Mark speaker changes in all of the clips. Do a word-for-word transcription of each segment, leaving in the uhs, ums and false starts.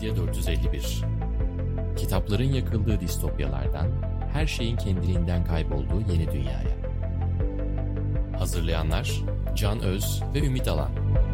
Speaker 1: Distopya dört yüz elli bir. Kitapların yakıldığı distopyalardan, her şeyin kendiliğinden kaybolduğu yeni dünyaya. Hazırlayanlar Can Öz ve Ümit Alan.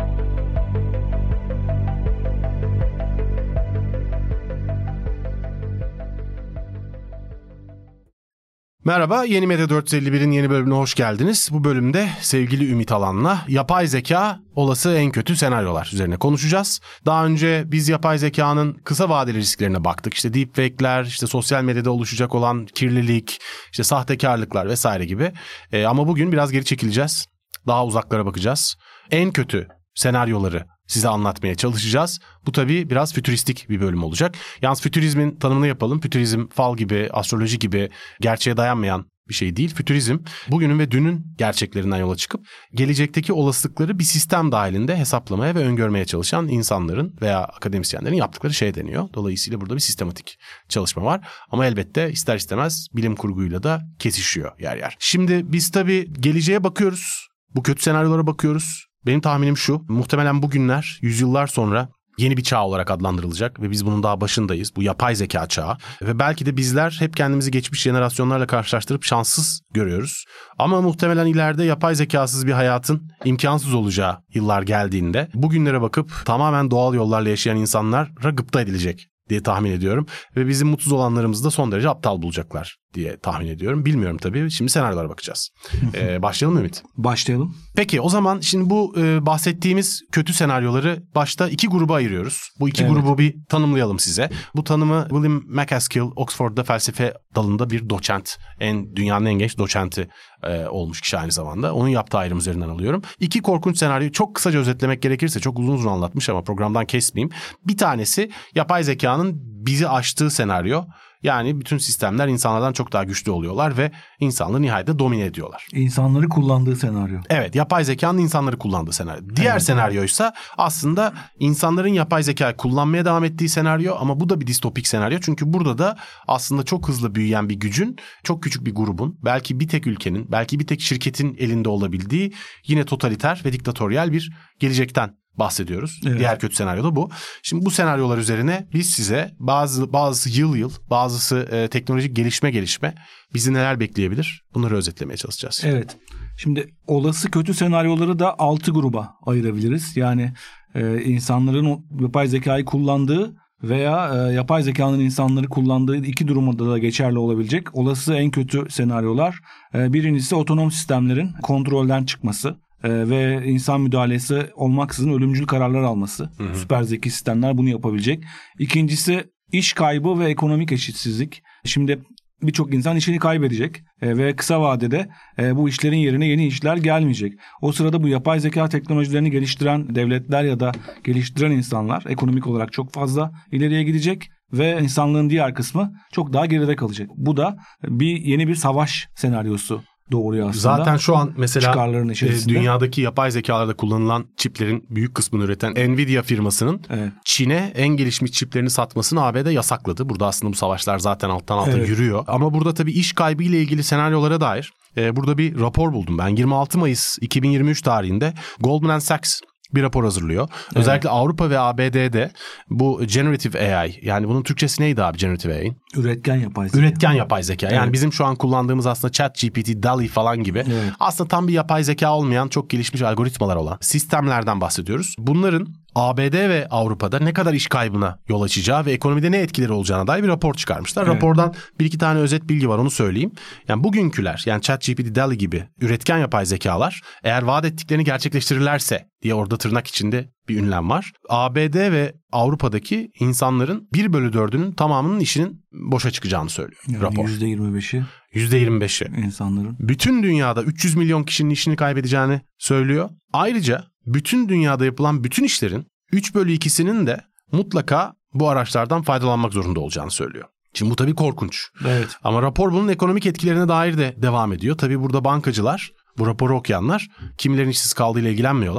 Speaker 2: Merhaba, Yeni Medya dört yüz elli birin yeni bölümüne hoş geldiniz. Bu bölümde sevgili Ümit Alan'la yapay zeka olası en kötü senaryolar üzerine konuşacağız. Daha önce biz yapay zekanın kısa vadeli risklerine baktık. İşte deepfake'ler, işte sosyal medyada oluşacak olan kirlilik, işte sahtekarlıklar vesaire gibi. Ee, ama bugün biraz geri çekileceğiz. Daha uzaklara bakacağız. En kötü senaryoları size anlatmaya çalışacağız. Bu tabii biraz fütüristik bir bölüm olacak. Yalnız fütürizmin tanımını yapalım. Fütürizm fal gibi, astroloji gibi gerçeğe dayanmayan bir şey değil. Fütürizm bugünün ve dünün gerçeklerinden yola çıkıp gelecekteki olasılıkları bir sistem dahilinde hesaplamaya ve öngörmeye çalışan insanların veya akademisyenlerin yaptıkları şey deniyor. Dolayısıyla burada bir sistematik çalışma var. Ama elbette ister istemez bilim kurguyla da kesişiyor yer yer. Şimdi biz tabii geleceğe bakıyoruz. Bu kötü senaryolara bakıyoruz. Benim tahminim şu, muhtemelen bugünler yüzyıllar sonra yeni bir çağ olarak adlandırılacak ve biz bunun daha başındayız. Bu yapay zeka çağı ve belki de bizler hep kendimizi geçmiş jenerasyonlarla karşılaştırıp şanssız görüyoruz. Ama muhtemelen ileride yapay zekasız bir hayatın imkansız olacağı yıllar geldiğinde bugünlere bakıp tamamen doğal yollarla yaşayan insanlara gıpta edilecek diye tahmin ediyorum. Ve bizim mutsuz olanlarımızı da son derece aptal bulacaklar diye tahmin ediyorum. Bilmiyorum tabii. Şimdi senaryolara bakacağız. Ee, başlayalım mı Ümit?
Speaker 3: Başlayalım.
Speaker 2: Peki o zaman şimdi bu e, bahsettiğimiz kötü senaryoları başta iki gruba ayırıyoruz. Bu iki evet. grubu bir tanımlayalım size. Bu tanımı William MacAskill, Oxford'da felsefe dalında bir doçent. En, dünyanın en genç doçenti e, olmuş kişi aynı zamanda. Onun yaptığı ayrım üzerinden alıyorum. İki korkunç senaryoyu çok kısaca özetlemek gerekirse, çok uzun uzun anlatmış ama programdan kesmeyeyim. Bir tanesi yapay zekanın bizi aştığı senaryo. Yani bütün sistemler insanlardan çok daha güçlü oluyorlar ve insanları nihayet domine ediyorlar.
Speaker 3: İnsanları kullandığı senaryo.
Speaker 2: Evet, yapay zekanın insanları kullandığı senaryo. Diğer evet. senaryoysa aslında insanların yapay zekayı kullanmaya devam ettiği senaryo ama bu da bir distopik senaryo. Çünkü burada da aslında çok hızlı büyüyen bir gücün, çok küçük bir grubun, belki bir tek ülkenin, belki bir tek şirketin elinde olabildiği yine totaliter ve diktatöryel bir gelecekten bahsediyoruz. Evet. Diğer kötü senaryo da bu. Şimdi bu senaryolar üzerine biz size bazı bazısı yıl yıl, bazısı e, teknolojik gelişme gelişme bizi neler bekleyebilir? Bunları özetlemeye çalışacağız.
Speaker 3: Evet. Şimdi olası kötü senaryoları da altı gruba ayırabiliriz. Yani e, insanların yapay zekayı kullandığı veya e, yapay zekanın insanları kullandığı iki durumda da geçerli olabilecek olası en kötü senaryolar. E, birincisi otonom sistemlerin kontrolden çıkması. Ee, ve insan müdahalesi olmaksızın ölümcül kararlar alması. Hı hı. Süper zeki sistemler bunu yapabilecek. İkincisi iş kaybı ve ekonomik eşitsizlik. Şimdi birçok insan işini kaybedecek ee, ve kısa vadede e, bu işlerin yerine yeni işler gelmeyecek. O sırada bu yapay zeka teknolojilerini geliştiren devletler ya da geliştiren insanlar ekonomik olarak çok fazla ileriye gidecek ve insanlığın diğer kısmı çok daha geride kalacak. Bu da bir yeni bir savaş senaryosu doğruyor aslında.
Speaker 2: Zaten şu an mesela e, dünyadaki yapay zekalarda kullanılan çiplerin büyük kısmını üreten Nvidia firmasının evet. Çin'e en gelişmiş çiplerini satmasını A B D yasakladı. Burada aslında bu savaşlar zaten alttan alta evet. yürüyor. Ama burada tabii iş kaybı ile ilgili senaryolara dair e, burada bir rapor buldum ben. yirmi altı Mayıs iki bin yirmi üç tarihinde Goldman Sachs bir rapor hazırlıyor. Evet. Özellikle Avrupa ve A B D'de bu generative A I, yani bunun Türkçesi neydi abi generative A I'nin?
Speaker 3: Üretken yapay zeka.
Speaker 2: Üretken yapay zeka. Yani evet. bizim şu an kullandığımız aslında ChatGPT, DALL-E falan gibi evet. aslında tam bir yapay zeka olmayan, çok gelişmiş algoritmalar olan sistemlerden bahsediyoruz. Bunların A B D ve Avrupa'da ne kadar iş kaybına yol açacağı ve ekonomide ne etkileri olacağına dair bir rapor çıkarmışlar. Evet. Rapordan bir iki tane özet bilgi var, onu söyleyeyim. Yani bugünküler, yani ChatGPT, DALL-E gibi üretken yapay zekalar eğer vaat ettiklerini gerçekleştirirlerse diye orada tırnak içinde bir ünlem var. A B D ve Avrupa'daki insanların bir bölü dördünün tamamının işinin boşa çıkacağını söylüyor yani rapor.
Speaker 3: yüzde yirmi beşi
Speaker 2: yüzde yirmi beşi insanların. Bütün dünyada üç yüz milyon kişinin işini kaybedeceğini söylüyor. Ayrıca bütün dünyada yapılan bütün işlerin üç bölü ikisinin de mutlaka bu araçlardan faydalanmak zorunda olacağını söylüyor. Şimdi bu tabii korkunç.
Speaker 3: Evet.
Speaker 2: Ama rapor bunun ekonomik etkilerine dair de devam ediyor. Tabii burada bankacılar, bu raporu okuyanlar kimilerin işsiz kaldığıyla ilgilenmiyorlar.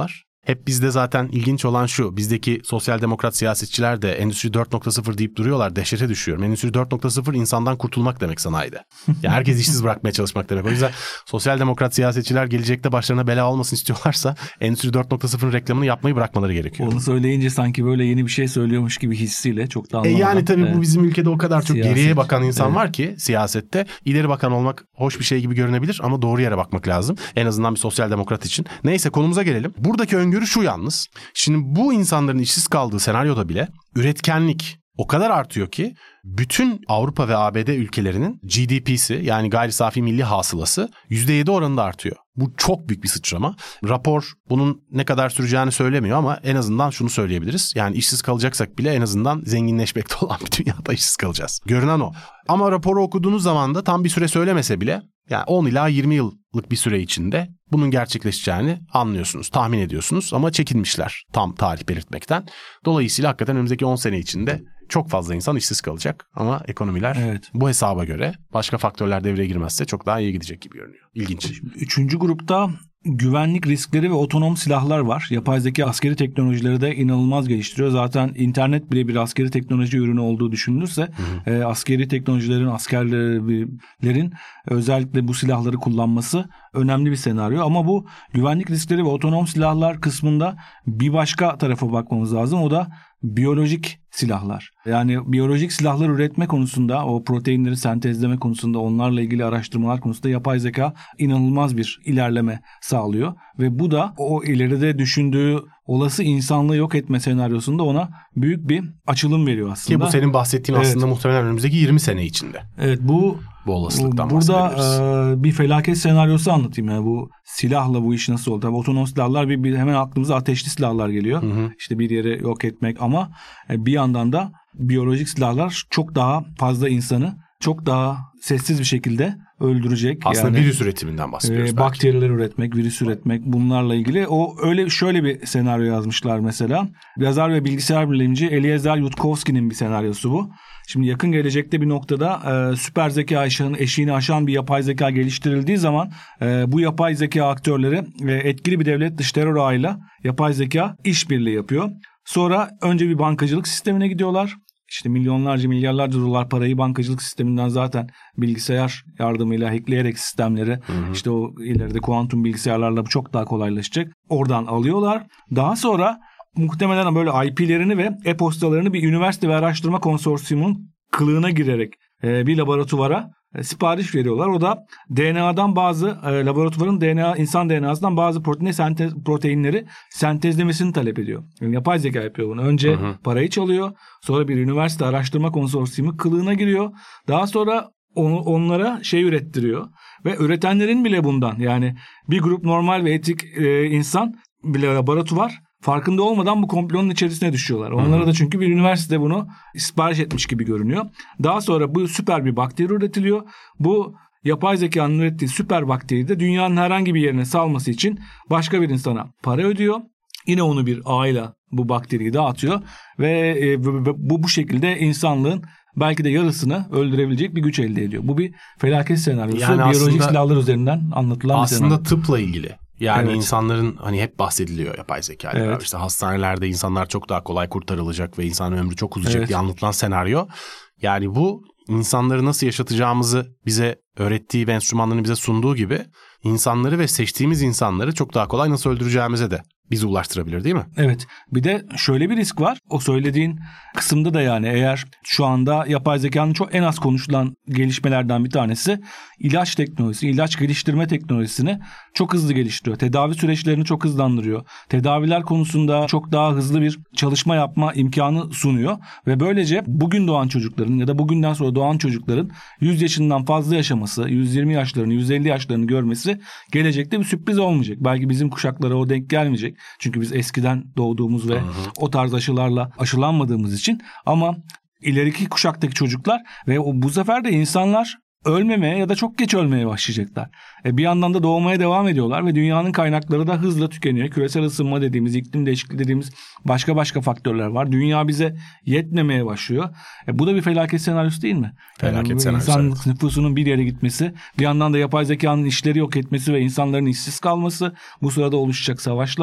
Speaker 2: hep bizde zaten ilginç olan şu. Bizdeki sosyal demokrat siyasetçiler de Endüstri dört nokta sıfır deyip duruyorlar. Dehşete düşüyorum. Endüstri dört nokta sıfır insandan kurtulmak demek sanayide. Yani herkes işsiz bırakmaya çalışmak demek. O yüzden sosyal demokrat siyasetçiler gelecekte başlarına bela olmasın istiyorlarsa Endüstri dört nokta sıfırın reklamını yapmayı bırakmaları gerekiyor.
Speaker 3: Onu söyleyince sanki böyle yeni bir şey söylüyormuş gibi hissiyle çok da anlamadan.
Speaker 2: E yani tabii evet. Bu bizim ülkede o kadar çok
Speaker 3: Siyaset.
Speaker 2: Geriye bakan insan
Speaker 3: evet.
Speaker 2: var ki siyasette. İleri bakan olmak hoş bir şey gibi görünebilir ama doğru yere bakmak lazım. En azından bir sosyal demokrat için. Neyse konumuza gelelim. Buradaki öngörü şu yalnız. Şimdi bu insanların işsiz kaldığı senaryoda bile üretkenlik o kadar artıyor ki bütün Avrupa ve A B D ülkelerinin G D P'si yani gayri safi milli hasılası yüzde yedi oranında artıyor. Bu çok büyük bir sıçrama. Rapor bunun ne kadar süreceğini söylemiyor ama en azından şunu söyleyebiliriz. Yani işsiz kalacaksak bile en azından zenginleşmekte olan bir dünyada işsiz kalacağız. Görünen o. Ama raporu okuduğunuz zaman da tam bir süre söylemese bile yani on ila yirmi yıllık bir süre içinde bunun gerçekleşeceğini anlıyorsunuz, tahmin ediyorsunuz ama çekinmişler tam tarih belirtmekten. Dolayısıyla hakikaten önümüzdeki on sene içinde çok fazla insan işsiz kalacak ama ekonomiler evet. bu hesaba göre başka faktörler devreye girmezse çok daha iyi gidecek gibi görünüyor. İlginç.
Speaker 3: Üçüncü grupta güvenlik riskleri ve otonom silahlar var. Yapay zeka askeri teknolojileri de inanılmaz geliştiriyor. Zaten internet bile bir askeri teknoloji ürünü olduğu düşünülürse hı hı. E, askeri teknolojilerin, askerlerin özellikle bu silahları kullanması önemli bir senaryo. Ama bu güvenlik riskleri ve otonom silahlar kısmında bir başka tarafa bakmamız lazım. O da biyolojik silahlar. Yani biyolojik silahlar üretme konusunda, o proteinleri sentezleme konusunda, onlarla ilgili araştırmalar konusunda yapay zeka inanılmaz bir ilerleme sağlıyor. Ve bu da o ileride düşündüğü olası insanlığı yok etme senaryosunda ona büyük bir açılım veriyor aslında.
Speaker 2: Ki bu senin bahsettiğin evet. aslında muhtemelen önümüzdeki yirmi sene içinde.
Speaker 3: Evet bu
Speaker 2: bu olasılıktan
Speaker 3: burada e, bir felaket senaryosu anlatayım yani bu silahla bu iş nasıl oldu? Tabii otonom silahlar bir, bir hemen aklımıza ateşli silahlar geliyor. Hı hı. İşte bir yere yok etmek ama e, bir yandan da biyolojik silahlar çok daha fazla insanı çok daha sessiz bir şekilde öldürecek.
Speaker 2: Aslında
Speaker 3: yani,
Speaker 2: virüs üretiminden bahsediyoruz.
Speaker 3: E, bakteriler üretmek, virüs üretmek bunlarla ilgili. O öyle şöyle bir senaryo yazmışlar mesela. Yazar ve bilgisayar bilimci Eliezer Yudkowsky'nin bir senaryosu bu. Şimdi yakın gelecekte bir noktada e, süper zeka eşiğini aşan bir yapay zeka geliştirildiği zaman e, bu yapay zeka aktörleri e, etkili bir devlet dışı terör ağıyla yapay zeka işbirliği yapıyor. Sonra önce bir bankacılık sistemine gidiyorlar. İşte milyonlarca milyarlarca dolar parayı bankacılık sisteminden zaten bilgisayar yardımıyla hackleyerek sistemleri hı hı. işte o ileride kuantum bilgisayarlarla bu çok daha kolaylaşacak. Oradan alıyorlar. Daha sonra muhtemelen böyle I P'lerini ve e-postalarını bir üniversite ve araştırma konsorsiyumunun kılığına girerek e, bir laboratuvara e, sipariş veriyorlar. O da D N A'dan bazı e, laboratuvarın D N A insan D N A'sından bazı protein sentez, proteinleri sentezlemesini talep ediyor. Yani yapay zeka yapıyor bunu. Önce hı hı. parayı çalıyor. Sonra bir üniversite araştırma konsorsiyumu kılığına giriyor. Daha sonra onu onlara şey ürettiriyor ve üretenlerin bile bundan yani bir grup normal ve etik e, insan bile laboratuvar farkında olmadan bu komplonun içerisine düşüyorlar. Onlara da çünkü bir üniversite bunu sipariş etmiş gibi görünüyor. Daha sonra bu süper bir bakteri üretiliyor. Bu yapay zekanın ürettiği süper bakteriyi de dünyanın herhangi bir yerine salması için başka bir insana para ödüyor. Yine onu bir ağıyla bu bakteriyi dağıtıyor ve bu bu şekilde insanlığın belki de yarısını öldürebilecek bir güç elde ediyor. Bu bir felaket senaryosu. Yani biyolojik silahlar üzerinden anlatılan bir senaryo.
Speaker 2: Aslında tıpla ilgili. Yani evet. insanların hani hep bahsediliyor yapay zeka ile. Evet. İşte hastanelerde insanlar çok daha kolay kurtarılacak ve insan ömrü çok uzayacak evet. diye anlatılan senaryo. Yani bu insanları nasıl yaşatacağımızı bize öğrettiği ve enstrümanlarını bize sunduğu gibi insanları ve seçtiğimiz insanları çok daha kolay nasıl öldüreceğimize de bizi ulaştırabilir değil mi?
Speaker 3: Evet. Bir de şöyle bir risk var. O söylediğin kısımda da yani eğer şu anda yapay zekanın çok en az konuşulan gelişmelerden bir tanesi ilaç teknolojisi, ilaç geliştirme teknolojisini çok hızlı geliştiriyor. Tedavi süreçlerini çok hızlandırıyor. Tedaviler konusunda çok daha hızlı bir çalışma yapma imkanı sunuyor ve böylece bugün doğan çocukların ya da bugünden sonra doğan çocukların yüz yaşından fazla yaşaması, yüz yirmi yaşlarını, yüz elli yaşlarını görmesi gelecekte bir sürpriz olmayacak. Belki bizim kuşaklara o denk gelmeyecek. Çünkü biz eskiden doğduğumuz ve hı hı. o tarz aşılarla aşılanmadığımız için ama ileriki kuşaktaki çocuklar ve o, bu sefer de insanlar ölmemeye ya da çok geç ölmeye başlayacaklar. E bir yandan da doğmaya devam ediyorlar ve dünyanın kaynakları da hızla tükeniyor. Küresel ısınma dediğimiz, iklim değişikliği dediğimiz başka başka faktörler var. Dünya bize yetmemeye başlıyor. E bu da bir felaket senaryosu değil mi?
Speaker 2: Felaket
Speaker 3: yani
Speaker 2: senaryosu.
Speaker 3: İnsan
Speaker 2: evet.
Speaker 3: nüfusunun bir yere gitmesi, bir yandan da yapay zekanın işleri yok etmesi ve insanların işsiz kalması, bu sırada oluşacak savaşlar.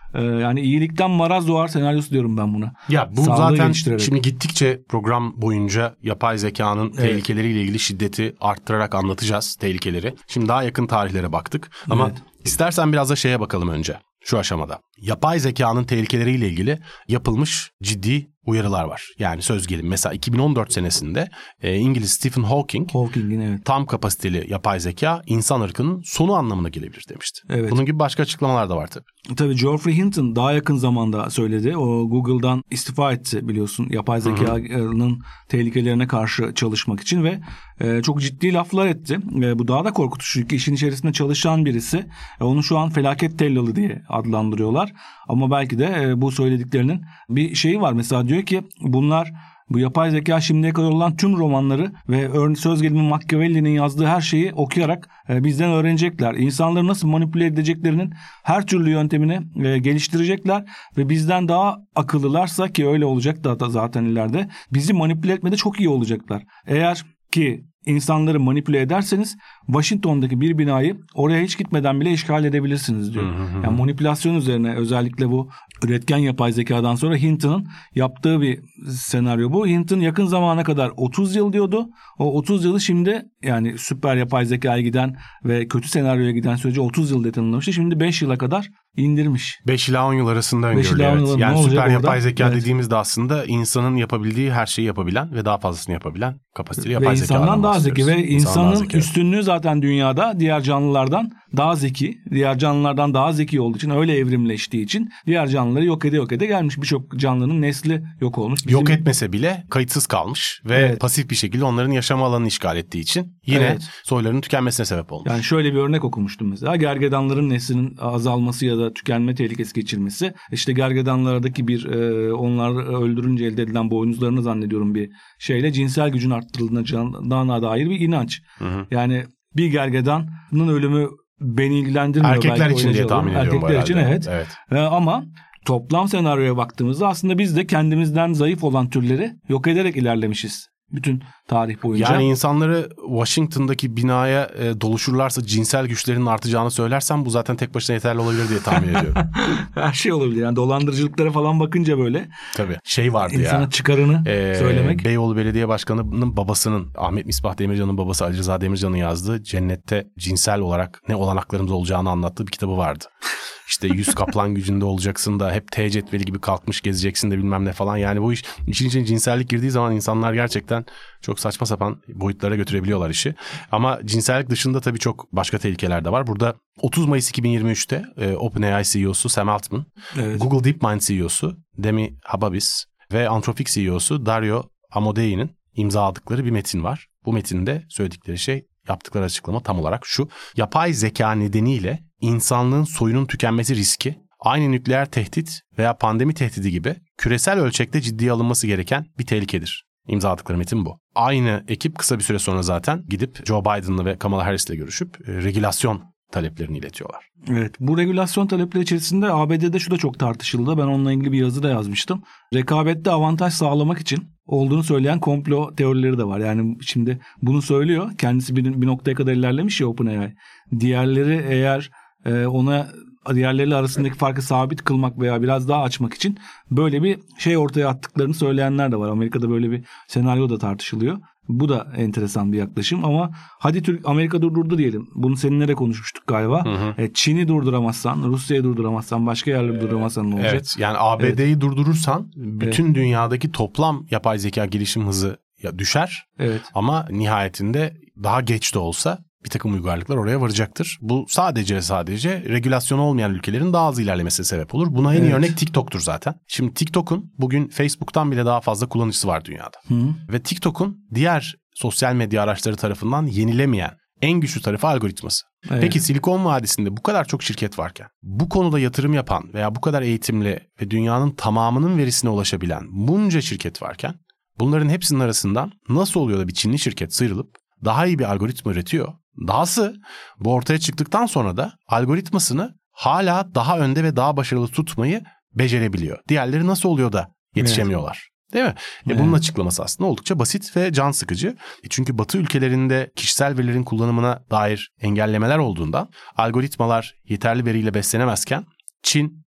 Speaker 3: e, yani iyilikten maraz doğar senaryosu diyorum ben buna.
Speaker 2: Ya bu
Speaker 3: Sağlığı
Speaker 2: zaten
Speaker 3: geliştirerek.
Speaker 2: şimdi gittikçe program boyunca yapay zekanın evet. tehlikeleriyle ilgili şiddeti arttırarak anlatacağız tehlikeleri. Şimdi daha yakın tarihlere baktık ama evet. istersen biraz da şeye bakalım önce şu aşamada. Yapay zekanın tehlikeleriyle ilgili yapılmış ciddi uyarılar var. Yani söz gelimi mesela iki bin on dört senesinde e, İngiliz Stephen Hawking
Speaker 3: Hawking'in evet.
Speaker 2: tam kapasiteli yapay zeka insan ırkının sonu anlamına gelebilir demişti.
Speaker 3: Evet.
Speaker 2: Bunun gibi başka açıklamalar da var tabii.
Speaker 3: Tabii Geoffrey Hinton daha yakın zamanda söyledi. O Google'dan istifa etti biliyorsun yapay zekanın tehlikelerine karşı çalışmak için ve e, çok ciddi laflar etti. E, bu daha da korkutucu çünkü işin içerisinde çalışan birisi. E, onu şu an felaket tellalı diye adlandırıyorlar. Ama belki de e, bu söylediklerinin bir şeyi var. Mesela diyor ki bunlar bu yapay zeka şimdiye kadar olan tüm romanları ve örneğin söz gelimi Machiavelli'nin yazdığı her şeyi okuyarak e, bizden öğrenecekler. İnsanları nasıl manipüle edeceklerinin her türlü yöntemini e, geliştirecekler ve bizden daha akıllılarsa ki öyle olacak da zaten ileride bizi manipüle etmede çok iyi olacaklar. Eğer ki insanları manipüle ederseniz Washington'daki bir binayı oraya hiç gitmeden bile işgal edebilirsiniz diyor. Hı hı. Yani manipülasyon üzerine özellikle bu üretken yapay zekadan sonra Hinton'un yaptığı bir senaryo bu. Hinton yakın zamana kadar otuz yıl diyordu. O otuz yılı şimdi yani süper yapay zekaya giden ve kötü senaryoya giden sürece otuz yıl diye tanımlamıştı. Şimdi beş yıla kadar indirmiş.
Speaker 2: beş ila on yıl arasında öngörülüyor. Evet. Yani süper yapay
Speaker 3: orada?
Speaker 2: zeka
Speaker 3: Evet.
Speaker 2: dediğimizde aslında insanın yapabildiği her şeyi yapabilen ve daha fazlasını yapabilen kapasiteli yapay zeka.
Speaker 3: Ve insandan daha zeki ve insanın
Speaker 2: zeki.
Speaker 3: üstünlüğü zaten dünyada diğer canlılardan daha zeki. Diğer canlılardan daha zeki olduğu için öyle evrimleştiği için diğer canlıları yok ede yok ede gelmiş. Birçok canlının nesli yok olmuş. Bizim...
Speaker 2: Yok etmese bile kayıtsız kalmış ve evet. pasif bir şekilde onların yaşama alanını işgal ettiği için yine evet. soylarının tükenmesine sebep olmuş.
Speaker 3: Yani şöyle bir örnek okumuştum mesela. Gergedanların neslinin azalması ya da tükenme tehlikesi geçirmesi. İşte gergedanlardaki bir e, onları öldürünce elde edilen boynuzlarını zannediyorum bir şeyle cinsel gücün arttırıldığına dair bir inanç. Hı hı. Yani bir gergedanın ölümü beni ilgilendirmiyor.
Speaker 2: Erkekler
Speaker 3: belki
Speaker 2: için diye tahmin ediyorum.
Speaker 3: Erkekler için evet.
Speaker 2: evet.
Speaker 3: E, ama toplam senaryoya baktığımızda aslında biz de kendimizden zayıf olan türleri yok ederek ilerlemişiz. Bütün tarih boyunca.
Speaker 2: Yani insanları Washington'daki binaya e, doluşurlarsa cinsel güçlerinin artacağını söylersen bu zaten tek başına yeterli olabilir diye tahmin ediyorum.
Speaker 3: Her şey olabilir. Yani dolandırıcılıklara falan bakınca böyle.
Speaker 2: Tabii. Şey vardı
Speaker 3: insana
Speaker 2: ya.
Speaker 3: İnsana çıkarını e, söylemek.
Speaker 2: Beyoğlu Belediye Başkanı'nın babasının Ahmet Misbah Demircan'ın babası Ali Rıza Demircan'ın yazdığı cennette cinsel olarak ne olanaklarımız olacağını anlattığı bir kitabı vardı. İşte yüz kaplan gücünde olacaksın da hep T cetveli gibi kalkmış gezeceksin de bilmem ne falan. Yani bu iş işin içine cinsellik girdiği zaman insanlar gerçekten çok saçma sapan boyutlara götürebiliyorlar işi. Ama cinsellik dışında tabii çok başka tehlikeler de var. Burada otuz Mayıs iki bin yirmi üçte e, OpenAI C E O'su Sam Altman, evet. Google DeepMind C E O'su Demi Hababis ve Anthropic C E O'su Dario Amodei'nin imzaladıkları bir metin var. Bu metinde söyledikleri şey, yaptıkları açıklama tam olarak şu: yapay zeka nedeniyle insanlığın soyunun tükenmesi riski aynı nükleer tehdit veya pandemi tehdidi gibi küresel ölçekte ciddiye alınması gereken bir tehlikedir. İmzaladıkları metin bu. Aynı ekip kısa bir süre sonra zaten gidip Joe Biden'la ve Kamala Harris'le görüşüp e, regülasyon taleplerini iletiyorlar.
Speaker 3: Evet, bu regülasyon talepleri içerisinde A B D'de şu da çok tartışıldı. Ben onunla ilgili bir yazı da yazmıştım. Rekabette avantaj sağlamak için olduğunu söyleyen komplo teorileri de var. Yani şimdi bunu söylüyor. Kendisi bir, bir noktaya kadar ilerlemiş ya OpenAI. Diğerleri eğer e, ona diğerleriyle arasındaki farkı sabit kılmak veya biraz daha açmak için böyle bir şey ortaya attıklarını söyleyenler de var. Amerika'da böyle bir senaryo da tartışılıyor. Bu da enteresan bir yaklaşım ama hadi Türk Amerika durdurdu diyelim. Bunu seninle de konuşmuştuk galiba. Hı hı. E, Çin'i durduramazsan, Rusya'yı durduramazsan, başka yerleri ee, durduramazsan ne olacak?
Speaker 2: Evet. Yani A B D'yi evet. durdurursan bütün evet. dünyadaki toplam yapay zeka gelişim hızı düşer. Evet. Ama nihayetinde daha geç de olsa bir takım uygarlıklar oraya varacaktır. Bu sadece sadece regülasyon olmayan ülkelerin daha az ilerlemesine sebep olur. Buna en iyi evet. örnek TikTok'tur zaten. Şimdi TikTok'un bugün Facebook'tan bile daha fazla kullanıcısı var dünyada. Hı. Ve TikTok'un diğer sosyal medya araçları tarafından yenilemeyen en güçlü tarafı algoritması. Evet. Peki Silikon Vadisi'nde bu kadar çok şirket varken, bu konuda yatırım yapan veya bu kadar eğitimli ve dünyanın tamamının verisine ulaşabilen bunca şirket varken, bunların hepsinin arasından nasıl oluyor da bir Çinli şirket sıyrılıp daha iyi bir algoritma üretiyor? Dahası bu ortaya çıktıktan sonra da algoritmasını hala daha önde ve daha başarılı tutmayı becerebiliyor. Diğerleri nasıl oluyor da yetişemiyorlar? Evet. Değil mi? Evet. E bunun açıklaması aslında oldukça basit ve can sıkıcı. E çünkü Batı ülkelerinde kişisel verilerin kullanımına dair engellemeler olduğundan algoritmalar yeterli veriyle beslenemezken Çin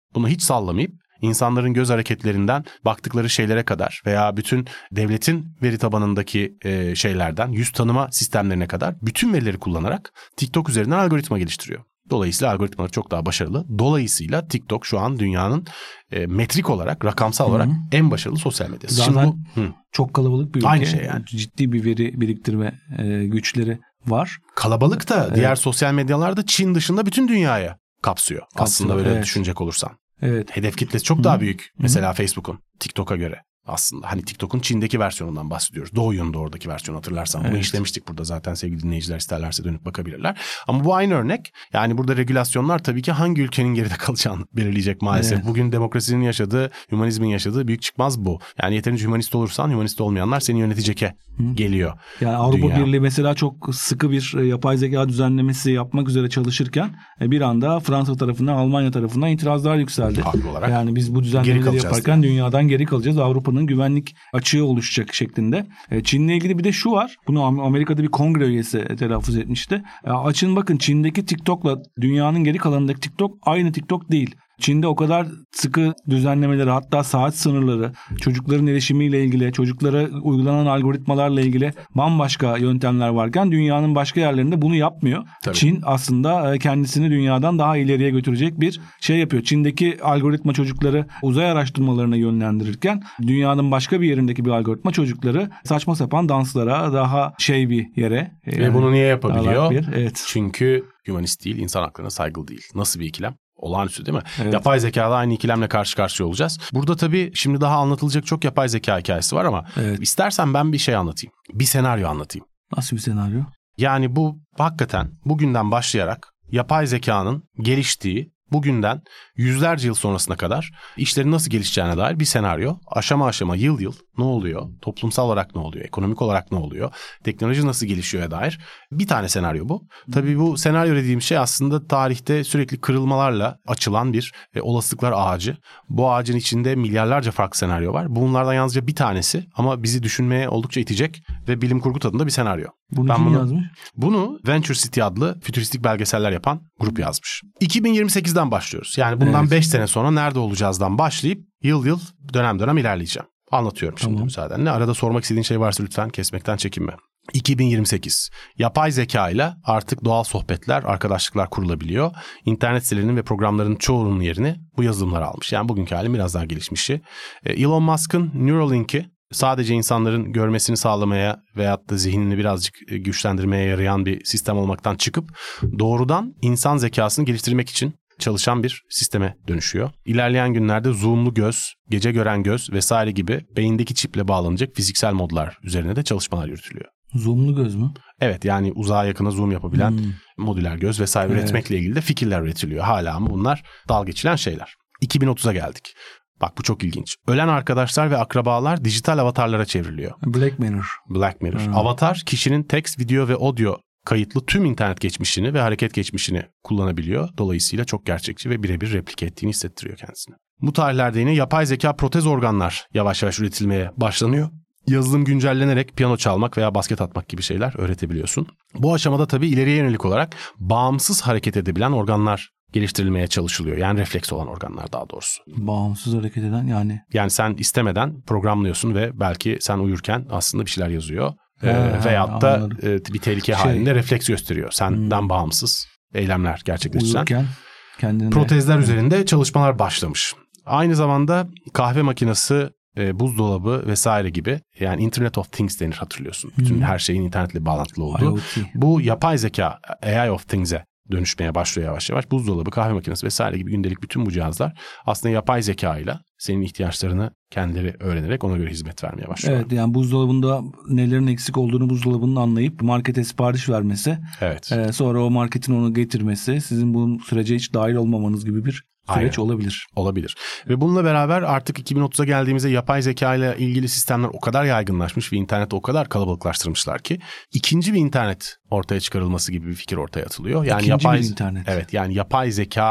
Speaker 2: bunu hiç sallamayıp insanların göz hareketlerinden baktıkları şeylere kadar veya bütün devletin veri tabanındaki e, şeylerden yüz tanıma sistemlerine kadar bütün verileri kullanarak TikTok üzerinden algoritma geliştiriyor. Dolayısıyla algoritmalar çok daha başarılı. Dolayısıyla TikTok şu an dünyanın e, metrik olarak, rakamsal Hı-hı. olarak en başarılı sosyal medyası.
Speaker 3: Zaten Şimdi bu, hı. çok kalabalık bir ülke.
Speaker 2: Aynı şey yani.
Speaker 3: Ciddi bir veri biriktirme e, güçleri var.
Speaker 2: Kalabalık da evet. diğer sosyal medyalarda Çin dışında bütün dünyaya kapsıyor. kapsıyor aslında böyle evet. düşünecek olursan.
Speaker 3: Evet.
Speaker 2: Hedef kitlesi çok Hı-hı. daha büyük. Hı-hı. Mesela Facebook'un TikTok'a göre. Aslında hani TikTok'un Çin'deki versiyonundan bahsediyoruz. Douyu'nun da oradaki versiyonu hatırlarsan. Evet. Bunu işlemiştik burada zaten, sevgili dinleyiciler isterlerse dönüp bakabilirler. Ama bu aynı örnek. Yani burada regülasyonlar tabii ki hangi ülkenin geride kalacağını belirleyecek maalesef. Evet. Bugün demokrasinin yaşadığı, hümanizmin yaşadığı büyük çıkmaz bu. Yani yeterince hümanist olursan hümanist olmayanlar seni yöneteceke Hı. geliyor.
Speaker 3: Yani Avrupa Dünya. Birliği mesela çok sıkı bir yapay zeka düzenlemesi yapmak üzere çalışırken bir anda Fransa tarafından, Almanya tarafından itirazlar yükseldi.
Speaker 2: Haklı olarak.
Speaker 3: Yani biz bu düzenlemeleri yaparken yani. dünyadan geri kalacağız. Avrupa'nın güvenlik açığı oluşacak şeklinde. Çin'le ilgili bir de şu var. Bunu Amerika'da bir kongre üyesi telaffuz etmişti. Açın bakın, Çin'deki TikTok'la dünyanın geri kalanındaki TikTok aynı TikTok değil. Çin'de o kadar sıkı düzenlemeleri, hatta saat sınırları, çocukların erişimiyle ilgili, çocuklara uygulanan algoritmalarla ilgili bambaşka yöntemler varken dünyanın başka yerlerinde bunu yapmıyor. Tabii. Çin aslında kendisini dünyadan daha ileriye götürecek bir şey yapıyor. Çin'deki algoritma çocukları uzay araştırmalarına yönlendirirken dünyanın başka bir yerindeki bir algoritma çocukları saçma sapan danslara, daha şey bir yere.
Speaker 2: Ve yani bunu niye yapabiliyor?
Speaker 3: Bir, evet.
Speaker 2: Çünkü hümanist değil, insan haklarına saygılı değil. Nasıl bir ikilem? Olağanüstü değil mi?
Speaker 3: Evet.
Speaker 2: Yapay zekada aynı ikilemle karşı karşıya olacağız. Burada tabii şimdi daha anlatılacak çok yapay zeka hikayesi var ama
Speaker 3: evet.
Speaker 2: istersen ben bir şey anlatayım. Bir senaryo anlatayım.
Speaker 3: Nasıl bir senaryo?
Speaker 2: Yani bu hakikaten bugünden başlayarak yapay zekanın geliştiği, bugünden yüzlerce yıl sonrasına kadar işlerin nasıl gelişeceğine dair bir senaryo. Aşama aşama, yıl yıl ne oluyor? Toplumsal olarak ne oluyor? Ekonomik olarak ne oluyor? Teknoloji nasıl gelişiyor dair bir tane senaryo bu. Tabii bu senaryo dediğim şey aslında tarihte sürekli kırılmalarla açılan bir e, olasılıklar ağacı. Bu ağacın içinde milyarlarca farklı senaryo var. Bunlardan yalnızca bir tanesi ama bizi düşünmeye oldukça itecek ve bilim kurgu tadında bir senaryo.
Speaker 3: Bunu ben kim bunu, yazmış?
Speaker 2: Bunu Venture City adlı fütüristik belgeseller yapan grup yazmış. iki bin yirmi sekizden başlıyoruz. Yani bundan beş evet. sene sonra nerede olacağızdan başlayıp yıl yıl dönem dönem ilerleyeceğim. Anlatıyorum şimdi tamam. müsaadenle. Arada sormak istediğin şey varsa lütfen kesmekten çekinme. iki bin yirmi sekiz. Yapay zeka ile artık doğal sohbetler, arkadaşlıklar kurulabiliyor. İnternet sitelerinin ve programların çoğunun yerini bu yazılımlar almış. Yani bugünkü hali biraz daha gelişmişi. Elon Musk'ın Neuralink'i sadece insanların görmesini sağlamaya veyahut da zihnini birazcık güçlendirmeye yarayan bir sistem olmaktan çıkıp doğrudan insan zekasını geliştirmek için çalışan bir sisteme dönüşüyor. İlerleyen günlerde zoomlu göz, gece gören göz vesaire gibi beyindeki çiple bağlanacak fiziksel modlar üzerine de çalışmalar yürütülüyor.
Speaker 3: Zoomlu göz mü?
Speaker 2: Evet, yani uzağa yakına zoom yapabilen hmm. modüler göz vesaire evet. üretmekle ilgili de fikirler üretiliyor. Hala ama bunlar dalga geçilen şeyler. iki bin otuza geldik. Bak bu çok ilginç. Ölen arkadaşlar ve akrabalar dijital avatarlara çevriliyor.
Speaker 3: Black Mirror.
Speaker 2: Black Mirror. Hmm. Avatar kişinin tekst, video ve audio kayıtlı tüm internet geçmişini ve hareket geçmişini kullanabiliyor. Dolayısıyla çok gerçekçi ve birebir replike ettiğini hissettiriyor kendisine. Bu tarihlerde yine yapay zeka protez organlar yavaş yavaş üretilmeye başlanıyor. Yazılım güncellenerek piyano çalmak veya basket atmak gibi şeyler öğretebiliyorsun. Bu aşamada tabii ileriye yönelik olarak bağımsız hareket edebilen organlar geliştirilmeye çalışılıyor. Yani refleks olan organlar daha doğrusu.
Speaker 3: Bağımsız hareket eden yani?
Speaker 2: Yani sen istemeden programlıyorsun ve belki sen uyurken aslında bir şeyler yazıyor. Ee, veyahut da e, bir tehlike şey, halinde refleks gösteriyor. Senden hmm. bağımsız eylemler gerçekleştiren.
Speaker 3: Uyurken kendine...
Speaker 2: Protezler hmm. üzerinde çalışmalar başlamış. Aynı zamanda kahve makinesi, e, buzdolabı vesaire gibi, yani Internet of Things denir, hatırlıyorsun. Bütün hmm. her şeyin internetle bağlantılı olduğu.
Speaker 3: I O T.
Speaker 2: Bu yapay zeka A I of Things'e dönüşmeye başlıyor yavaş yavaş. Buzdolabı, kahve makinesi vesaire gibi gündelik bütün bu cihazlar aslında yapay zeka ile senin ihtiyaçlarını kendileri öğrenerek ona göre hizmet vermeye başlıyor.
Speaker 3: Evet, yani buzdolabında nelerin eksik olduğunu buzdolabının anlayıp markete sipariş vermesi.
Speaker 2: Evet.
Speaker 3: E, sonra o marketin onu getirmesi, sizin bu sürece hiç dahil olmamanız gibi bir süreç Aynen. olabilir.
Speaker 2: Olabilir. Ve bununla beraber artık iki bin otuza geldiğimizde yapay zeka ile ilgili sistemler o kadar yaygınlaşmış ve interneti o kadar kalabalıklaştırmışlar ki ikinci bir internet ortaya çıkarılması gibi bir fikir ortaya atılıyor. Yani
Speaker 3: ikinci
Speaker 2: yapay
Speaker 3: bir internet.
Speaker 2: Evet, yani yapay zeka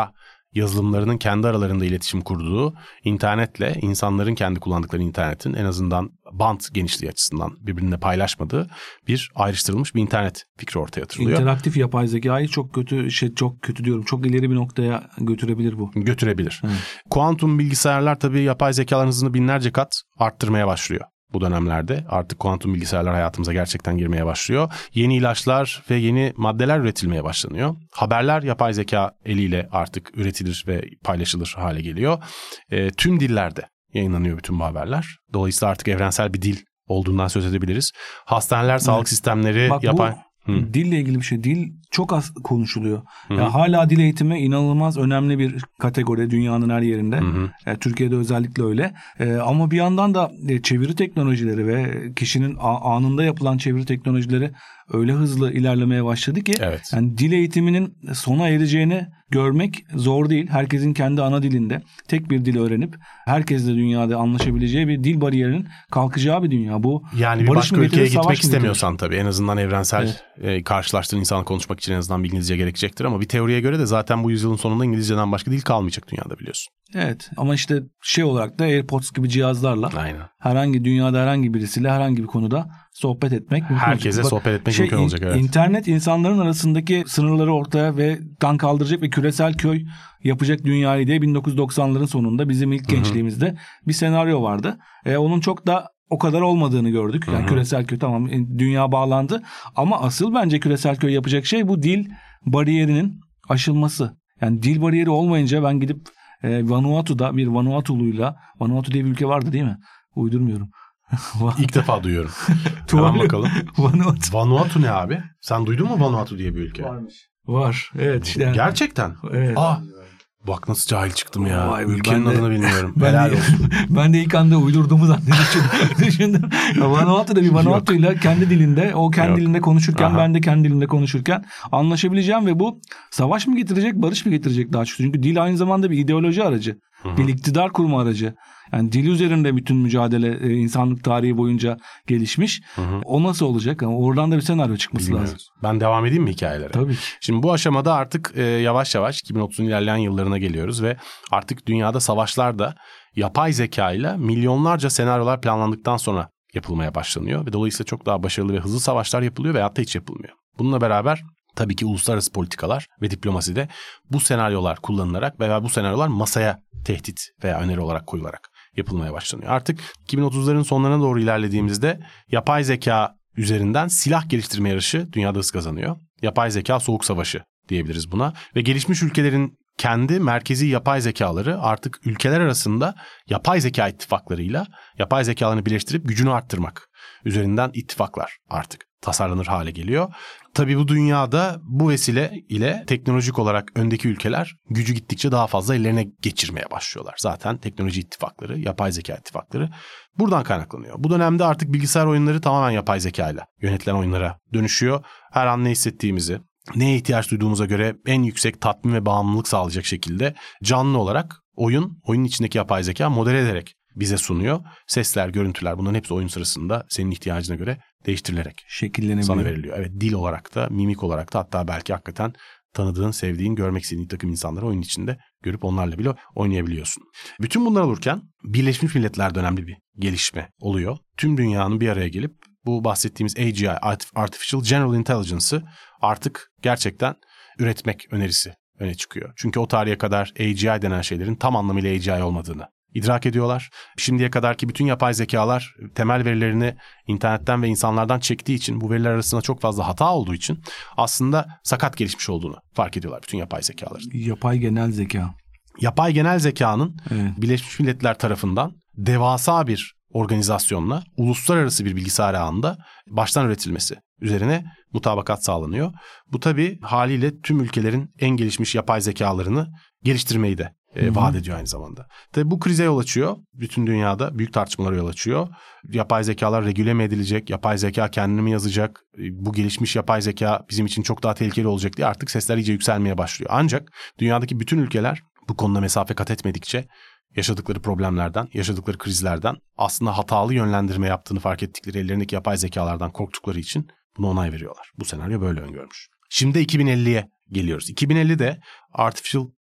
Speaker 2: yazılımlarının kendi aralarında iletişim kurduğu, internetle insanların kendi kullandıkları internetin en azından band genişliği açısından birbirine paylaşmadığı bir ayrıştırılmış bir internet fikri ortaya atılıyor.
Speaker 3: İnteraktif yapay zekayı çok kötü şey çok kötü diyorum. Çok ileri bir noktaya götürebilir bu.
Speaker 2: Götürebilir.
Speaker 3: Evet.
Speaker 2: Kuantum bilgisayarlar tabii yapay zekaların hızını binlerce kat arttırmaya başlıyor. Bu dönemlerde artık kuantum bilgisayarlar hayatımıza gerçekten girmeye başlıyor. Yeni ilaçlar ve yeni maddeler üretilmeye başlanıyor. Haberler yapay zeka eliyle artık üretilir ve paylaşılır hale geliyor. E, tüm dillerde yayınlanıyor bütün bu haberler. Dolayısıyla artık evrensel bir dil olduğundan söz edebiliriz. Hastaneler, evet. Sağlık sistemleri
Speaker 3: Bak,
Speaker 2: yapay...
Speaker 3: Bu... Hı. Dille ilgili bir şey. Dil çok az konuşuluyor.
Speaker 2: Hı.
Speaker 3: Yani hala dil eğitimi inanılmaz önemli bir kategori dünyanın her yerinde.
Speaker 2: Hı.
Speaker 3: Yani Türkiye'de özellikle öyle. Ee, ama bir yandan da çeviri teknolojileri ve kişinin anında yapılan çeviri teknolojileri öyle hızlı ilerlemeye başladı ki
Speaker 2: evet.
Speaker 3: yani dil eğitiminin sona ereceğini görmek zor değil. Herkesin kendi ana dilinde tek bir dil öğrenip herkesle dünyada anlaşabileceği bir dil bariyerinin kalkacağı bir dünya. Bu
Speaker 2: yani bir başka ülkeye gitmek istemiyorsan tabii en azından evrensel evet. e, karşılaştığın insanla konuşmak için en azından bir İngilizce gerekecektir ama bir teoriye göre de zaten bu yüzyılın sonunda İngilizceden başka dil kalmayacak dünyada biliyorsun.
Speaker 3: Evet ama işte şey olarak da AirPods gibi cihazlarla
Speaker 2: aynen.
Speaker 3: herhangi dünyada herhangi birisiyle herhangi bir konuda sohbet etmek mümkün
Speaker 2: herkese
Speaker 3: olacak.
Speaker 2: sohbet etmek
Speaker 3: şey,
Speaker 2: mümkün olacak. Evet.
Speaker 3: İnternet insanların arasındaki sınırları ortaya ve dan kaldıracak ve küresel köy yapacak dünyayı diye bin dokuz yüz doksanların sonunda bizim ilk gençliğimizde Hı-hı. bir senaryo vardı. E, onun çok da o kadar olmadığını gördük. Yani Hı-hı. küresel köy tamam dünya bağlandı ama asıl bence küresel köy yapacak şey bu dil bariyerinin aşılması. Yani dil bariyeri olmayınca ben gidip e, Vanuatu'da bir Vanuatuluyla Vanuatu diye bir ülke vardı değil mi? Uydurmuyorum.
Speaker 2: İlk defa duyuyorum. Tamam bakalım. Vanuatu. Vanuatu ne abi? Sen duydun mu Vanuatu diye bir ülke?
Speaker 3: Varmış. Var. Evet. Işte yani.
Speaker 2: Gerçekten?
Speaker 3: Evet.
Speaker 2: Aa, bak nasıl cahil çıktım ya.
Speaker 3: Vay,
Speaker 2: ülkenin
Speaker 3: de,
Speaker 2: adını bilmiyorum.
Speaker 3: Ben
Speaker 2: Helal
Speaker 3: de,
Speaker 2: olsun.
Speaker 3: Ben de ilk anda uydurduğumu zannediyordum. Vanuatu'da bir Vanuatu'yla kendi dilinde, o kendi Yok. dilinde konuşurken, Aha. ben de kendi dilimde konuşurken anlaşabileceğim ve bu savaş mı getirecek, barış mı getirecek daha çok? Çünkü dil aynı zamanda bir ideoloji aracı. Hı-hı. Bir iktidar kurma aracı. Yani dil üzerinde bütün mücadele insanlık tarihi boyunca gelişmiş. Hı hı. O nasıl olacak? Yani oradan da bir senaryo çıkması Bilmiyorum. lazım.
Speaker 2: Ben devam edeyim mi hikayelere?
Speaker 3: Tabii ki.
Speaker 2: Şimdi bu aşamada artık e, yavaş yavaş iki bin otuzun ilerleyen yıllarına geliyoruz ve artık dünyada savaşlar da yapay zeka ile milyonlarca senaryolar planlandıktan sonra yapılmaya başlanıyor. Ve dolayısıyla çok daha başarılı ve hızlı savaşlar yapılıyor veyahut da hiç yapılmıyor. Bununla beraber tabii ki uluslararası politikalar ve diplomaside bu senaryolar kullanılarak veya bu senaryolar masaya tehdit veya öneri olarak koyularak yapılmaya başlanıyor. Artık iki bin otuzların sonlarına doğru ilerlediğimizde yapay zeka üzerinden silah geliştirme yarışı dünyada hız kazanıyor. Yapay zeka soğuk savaşı diyebiliriz buna ve gelişmiş ülkelerin kendi merkezi yapay zekaları artık ülkeler arasında yapay zeka ittifaklarıyla yapay zekalarını birleştirip gücünü arttırmak üzerinden ittifaklar artık tasarlanır hale geliyor. Tabii bu dünyada bu vesile ile teknolojik olarak öndeki ülkeler gücü gittikçe daha fazla ellerine geçirmeye başlıyorlar. Zaten teknoloji ittifakları, yapay zeka ittifakları buradan kaynaklanıyor. Bu dönemde artık bilgisayar oyunları tamamen yapay zeka ile yönetilen oyunlara dönüşüyor. Her an ne hissettiğimizi, neye ihtiyaç duyduğumuza göre en yüksek tatmin ve bağımlılık sağlayacak şekilde canlı olarak oyun, oyunun içindeki yapay zeka model ederek bize sunuyor. Sesler, görüntüler bunların hepsi oyun sırasında senin ihtiyacına göre değiştirilerek
Speaker 3: şekillenebiliyor.
Speaker 2: Sana veriliyor. Evet, dil olarak da, mimik olarak da, hatta belki hakikaten tanıdığın, sevdiğin, görmek istediğin takım insanları oyun içinde görüp onlarla bile oynayabiliyorsun. Bütün bunlar olurken Birleşmiş Milletler'de önemli bir gelişme oluyor. Tüm dünyanın bir araya gelip bu bahsettiğimiz A G I, Artificial General Intelligence'ı artık gerçekten üretmek önerisi öne çıkıyor. Çünkü o tarihe kadar A G I denen şeylerin tam anlamıyla A G I olmadığını idrak ediyorlar. Şimdiye kadarki bütün yapay zekalar temel verilerini internetten ve insanlardan çektiği için, bu veriler arasında çok fazla hata olduğu için aslında sakat gelişmiş olduğunu fark ediyorlar bütün yapay zekaların.
Speaker 3: Yapay genel zeka.
Speaker 2: Yapay genel zekanın
Speaker 3: evet.
Speaker 2: Birleşmiş Milletler tarafından devasa bir organizasyonla uluslararası bir bilgisayar ağında baştan üretilmesi üzerine mutabakat sağlanıyor. Bu tabii haliyle tüm ülkelerin en gelişmiş yapay zekalarını geliştirmeyi de e, vaat ediyor aynı zamanda. Tabii bu krize yol açıyor. Bütün dünyada büyük tartışmalara yol açıyor. Yapay zekalar regüle mi edilecek? Yapay zeka kendini mi yazacak? Bu gelişmiş yapay zeka bizim için çok daha tehlikeli olacak diye artık sesler iyice yükselmeye başlıyor. Ancak dünyadaki bütün ülkeler bu konuda mesafe kat etmedikçe yaşadıkları problemlerden, yaşadıkları krizlerden aslında hatalı yönlendirme yaptığını fark ettikleri ellerindeki yapay zekalardan korktukları için buna onay veriyorlar. Bu senaryo böyle öngörmüş. Şimdi iki bin elliye geliyoruz. iki bin ellide Artificial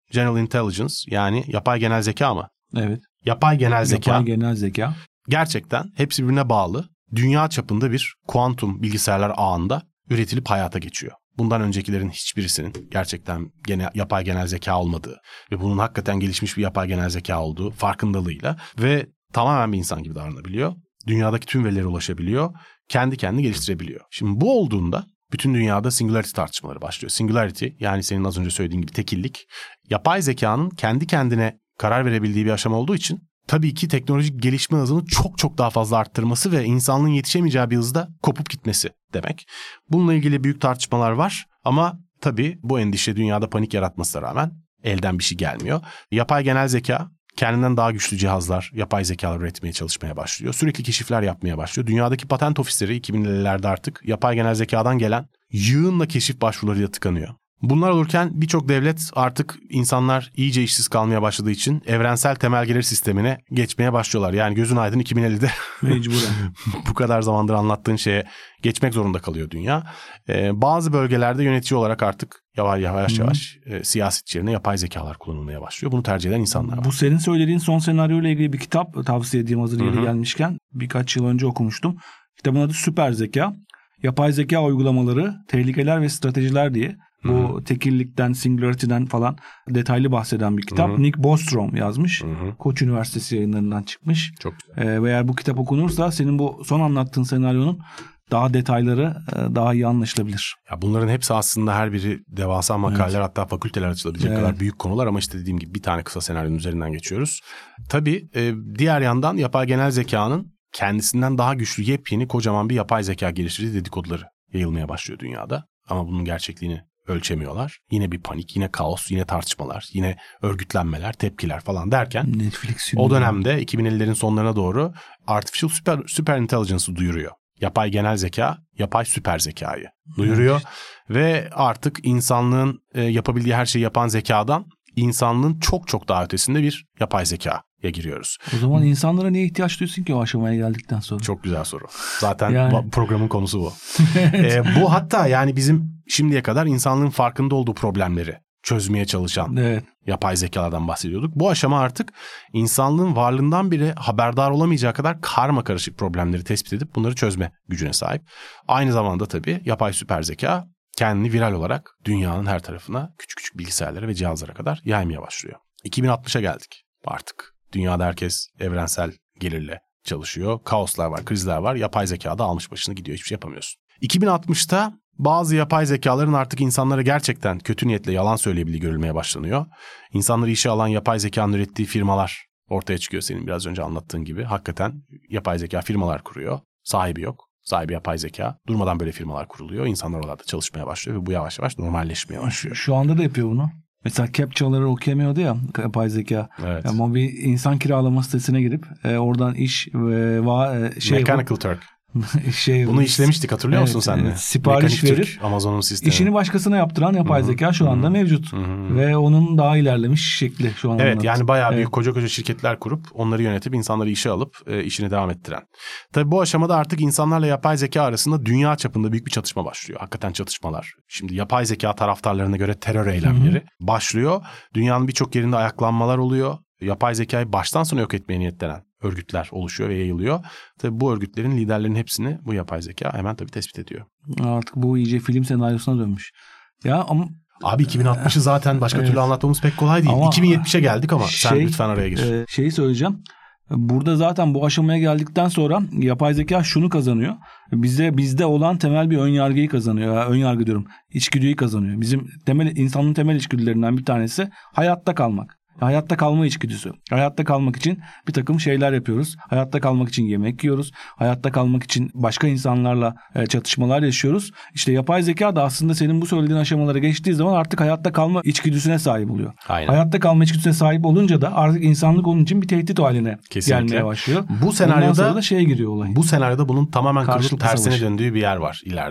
Speaker 2: General Intelligence yani yapay genel zeka mı?
Speaker 3: Evet.
Speaker 2: Yapay genel zeka.
Speaker 3: Yapay genel zeka.
Speaker 2: Gerçekten hepsi birbirine bağlı. Dünya çapında bir kuantum bilgisayarlar ağında üretilip hayata geçiyor. Bundan öncekilerin hiçbirisinin gerçekten gene, yapay genel zeka olmadığı ve bunun hakikaten gelişmiş bir yapay genel zeka olduğu farkındalığıyla ve tamamen bir insan gibi davranabiliyor. Dünyadaki tüm verilere ulaşabiliyor. Kendi kendini geliştirebiliyor. Şimdi bu olduğunda bütün dünyada singularity tartışmaları başlıyor. Singularity yani senin az önce söylediğin gibi tekillik. Yapay zekanın kendi kendine karar verebildiği bir aşama olduğu için tabii ki teknolojik gelişme hızını çok çok daha fazla arttırması ve insanlığın yetişemeyeceği bir hızda kopup gitmesi demek. Bununla ilgili büyük tartışmalar var ama tabii bu endişe dünyada panik yaratmasına rağmen elden bir şey gelmiyor. Yapay genel zeka kendinden daha güçlü cihazlar, yapay zekalar üretmeye çalışmaya başlıyor. Sürekli keşifler yapmaya başlıyor. Dünyadaki patent ofisleri iki binlilerde artık yapay genel zekadan gelen yığınla keşif başvurularıyla tıkanıyor. Bunlar olurken birçok devlet artık insanlar iyice işsiz kalmaya başladığı için evrensel temel gelir sistemine geçmeye başlıyorlar. Yani gözün aydın iki bin ellide
Speaker 3: mecburen
Speaker 2: bu kadar zamandır anlattığın şeye geçmek zorunda kalıyor dünya. Ee, bazı bölgelerde yönetici olarak artık yavaş yavaş, yavaş e, siyasetçi yerine yapay zekalar kullanılmaya başlıyor. Bunu tercih eden insanlar var.
Speaker 3: Bu senin söylediğin son senaryo ile ilgili bir kitap tavsiye edeyim hazır yeri gelmişken. Birkaç yıl önce okumuştum. Kitabın adı Süper Zeka. Yapay zeka uygulamaları, tehlikeler ve stratejiler diye. Bu Hı-hı. tekillikten, singularity'den falan detaylı bahseden bir kitap. Hı-hı. Nick Bostrom yazmış. Hı-hı. Koç Üniversitesi yayınlarından çıkmış. Çok güzel. Ee, ve eğer bu kitap okunursa senin bu son anlattığın senaryonun daha detayları daha iyi anlaşılabilir.
Speaker 2: Ya bunların hepsi aslında her biri devasa makaleler, evet. Hatta fakülteler açılabilecek evet. kadar büyük konular ama işte dediğim gibi bir tane kısa senaryonun üzerinden geçiyoruz. Tabii e, diğer yandan yapay genel zekanın kendisinden daha güçlü yepyeni kocaman bir yapay zeka geliştirdiği dedikoduları yayılmaya başlıyor dünyada. Ama bunun gerçekliğini ölçemiyorlar. Yine bir panik, yine kaos, yine tartışmalar, yine örgütlenmeler, tepkiler falan derken
Speaker 3: Netflix
Speaker 2: o dönemde iki bin ellilerin sonlarına doğru Artificial Super, Super Intelligence'ı duyuruyor. Yapay genel zeka, yapay süper zekayı duyuruyor. Evet. Ve artık insanlığın e, yapabildiği her şeyi yapan zekadan insanlığın çok çok daha ötesinde bir yapay zekaya giriyoruz.
Speaker 3: O zaman insanlara niye ihtiyaç duyuyorsun ki o aşamaya geldikten sonra?
Speaker 2: Çok güzel soru. Zaten yani. Programın konusu bu. ee, bu hatta yani bizim şimdiye kadar insanlığın farkında olduğu problemleri çözmeye çalışan evet. yapay zekalardan bahsediyorduk. Bu aşama artık insanlığın varlığından bile haberdar olamayacağı kadar karma karışık problemleri tespit edip bunları çözme gücüne sahip. Aynı zamanda tabii yapay süper zeka kendini viral olarak dünyanın her tarafına küçük küçük bilgisayarlara ve cihazlara kadar yaymaya başlıyor. iki bin altmışa geldik artık. Dünyada herkes evrensel gelirle çalışıyor. Kaoslar var, krizler var. Yapay zeka da almış başını gidiyor. Hiçbir şey yapamıyorsun. iki bin altmışta bazı yapay zekaların artık insanlara gerçekten kötü niyetle yalan söyleyebildiği görülmeye başlanıyor. İnsanları işe alan yapay zekanın ürettiği firmalar ortaya çıkıyor senin biraz önce anlattığın gibi. Hakikaten yapay zeka firmalar kuruyor. Sahibi yok. Sahibi yapay zeka. Durmadan böyle firmalar kuruluyor. İnsanlar oralarda çalışmaya başlıyor ve bu yavaş yavaş normalleşmeye başlıyor.
Speaker 3: Şu anda da yapıyor bunu. Mesela captchaları okuyamıyordu ya yapay zeka. Evet. Ama bir insan kiralama sitesine girip e, oradan iş ve va, e, şey
Speaker 2: Mechanical Turk.
Speaker 3: şey,
Speaker 2: Bunu işlemiştik hatırlıyor evet, musun sen de?
Speaker 3: Evet, sipariş Mekanik verip
Speaker 2: Türk, Amazon'un sistemi.
Speaker 3: İşini başkasına yaptıran yapay Hı-hı. zeka şu anda Hı-hı. mevcut. Hı-hı. Ve onun daha ilerlemiş şekli şu an.
Speaker 2: Evet anlattım. Yani bayağı evet. büyük koca koca şirketler kurup onları yönetip insanları işe alıp e, işini devam ettiren. Tabii bu aşamada artık insanlarla yapay zeka arasında dünya çapında büyük bir çatışma başlıyor. Hakikaten çatışmalar. Şimdi yapay zeka taraftarlarına göre terör eylemleri Hı-hı. başlıyor. Dünyanın birçok yerinde ayaklanmalar oluyor. Yapay zekayı baştan sona yok etmeye niyetlenen örgütler oluşuyor ve yayılıyor. Tabii bu örgütlerin liderlerinin hepsini bu yapay zeka hemen tabii tespit ediyor.
Speaker 3: Artık bu iyice film senaryosuna dönmüş. Ya ama
Speaker 2: abi iki bin altmışı zaten başka evet. türlü anlatmamız pek kolay değil. Ama iki bin yetmişe geldik ama şey, sen lütfen araya gir.
Speaker 3: E, şeyi söyleyeceğim. Burada zaten bu aşamaya geldikten sonra yapay zeka şunu kazanıyor. Bize bizde olan temel bir ön yargıyı kazanıyor. Ön yargı diyorum. İçgüdüyü kazanıyor. Bizim temel insanın temel içgüdülerinden bir tanesi hayatta kalmak. Hayatta kalma içgüdüsü. Hayatta kalmak için bir takım şeyler yapıyoruz. Hayatta kalmak için yemek yiyoruz. Hayatta kalmak için başka insanlarla çatışmalar yaşıyoruz. İşte yapay zeka da aslında senin bu söylediğin aşamalara geçtiği zaman artık hayatta kalma içgüdüsüne sahip oluyor. Aynen. Hayatta kalma içgüdüsüne sahip olunca da artık insanlık onun için bir tehdit haline Kesinlikle. gelmeye başlıyor.
Speaker 2: Bu senaryoda
Speaker 3: da şeye giriyor olay.
Speaker 2: Bu senaryoda bunun tamamen kırılıp tersine savaş. döndüğü bir yer var ileride.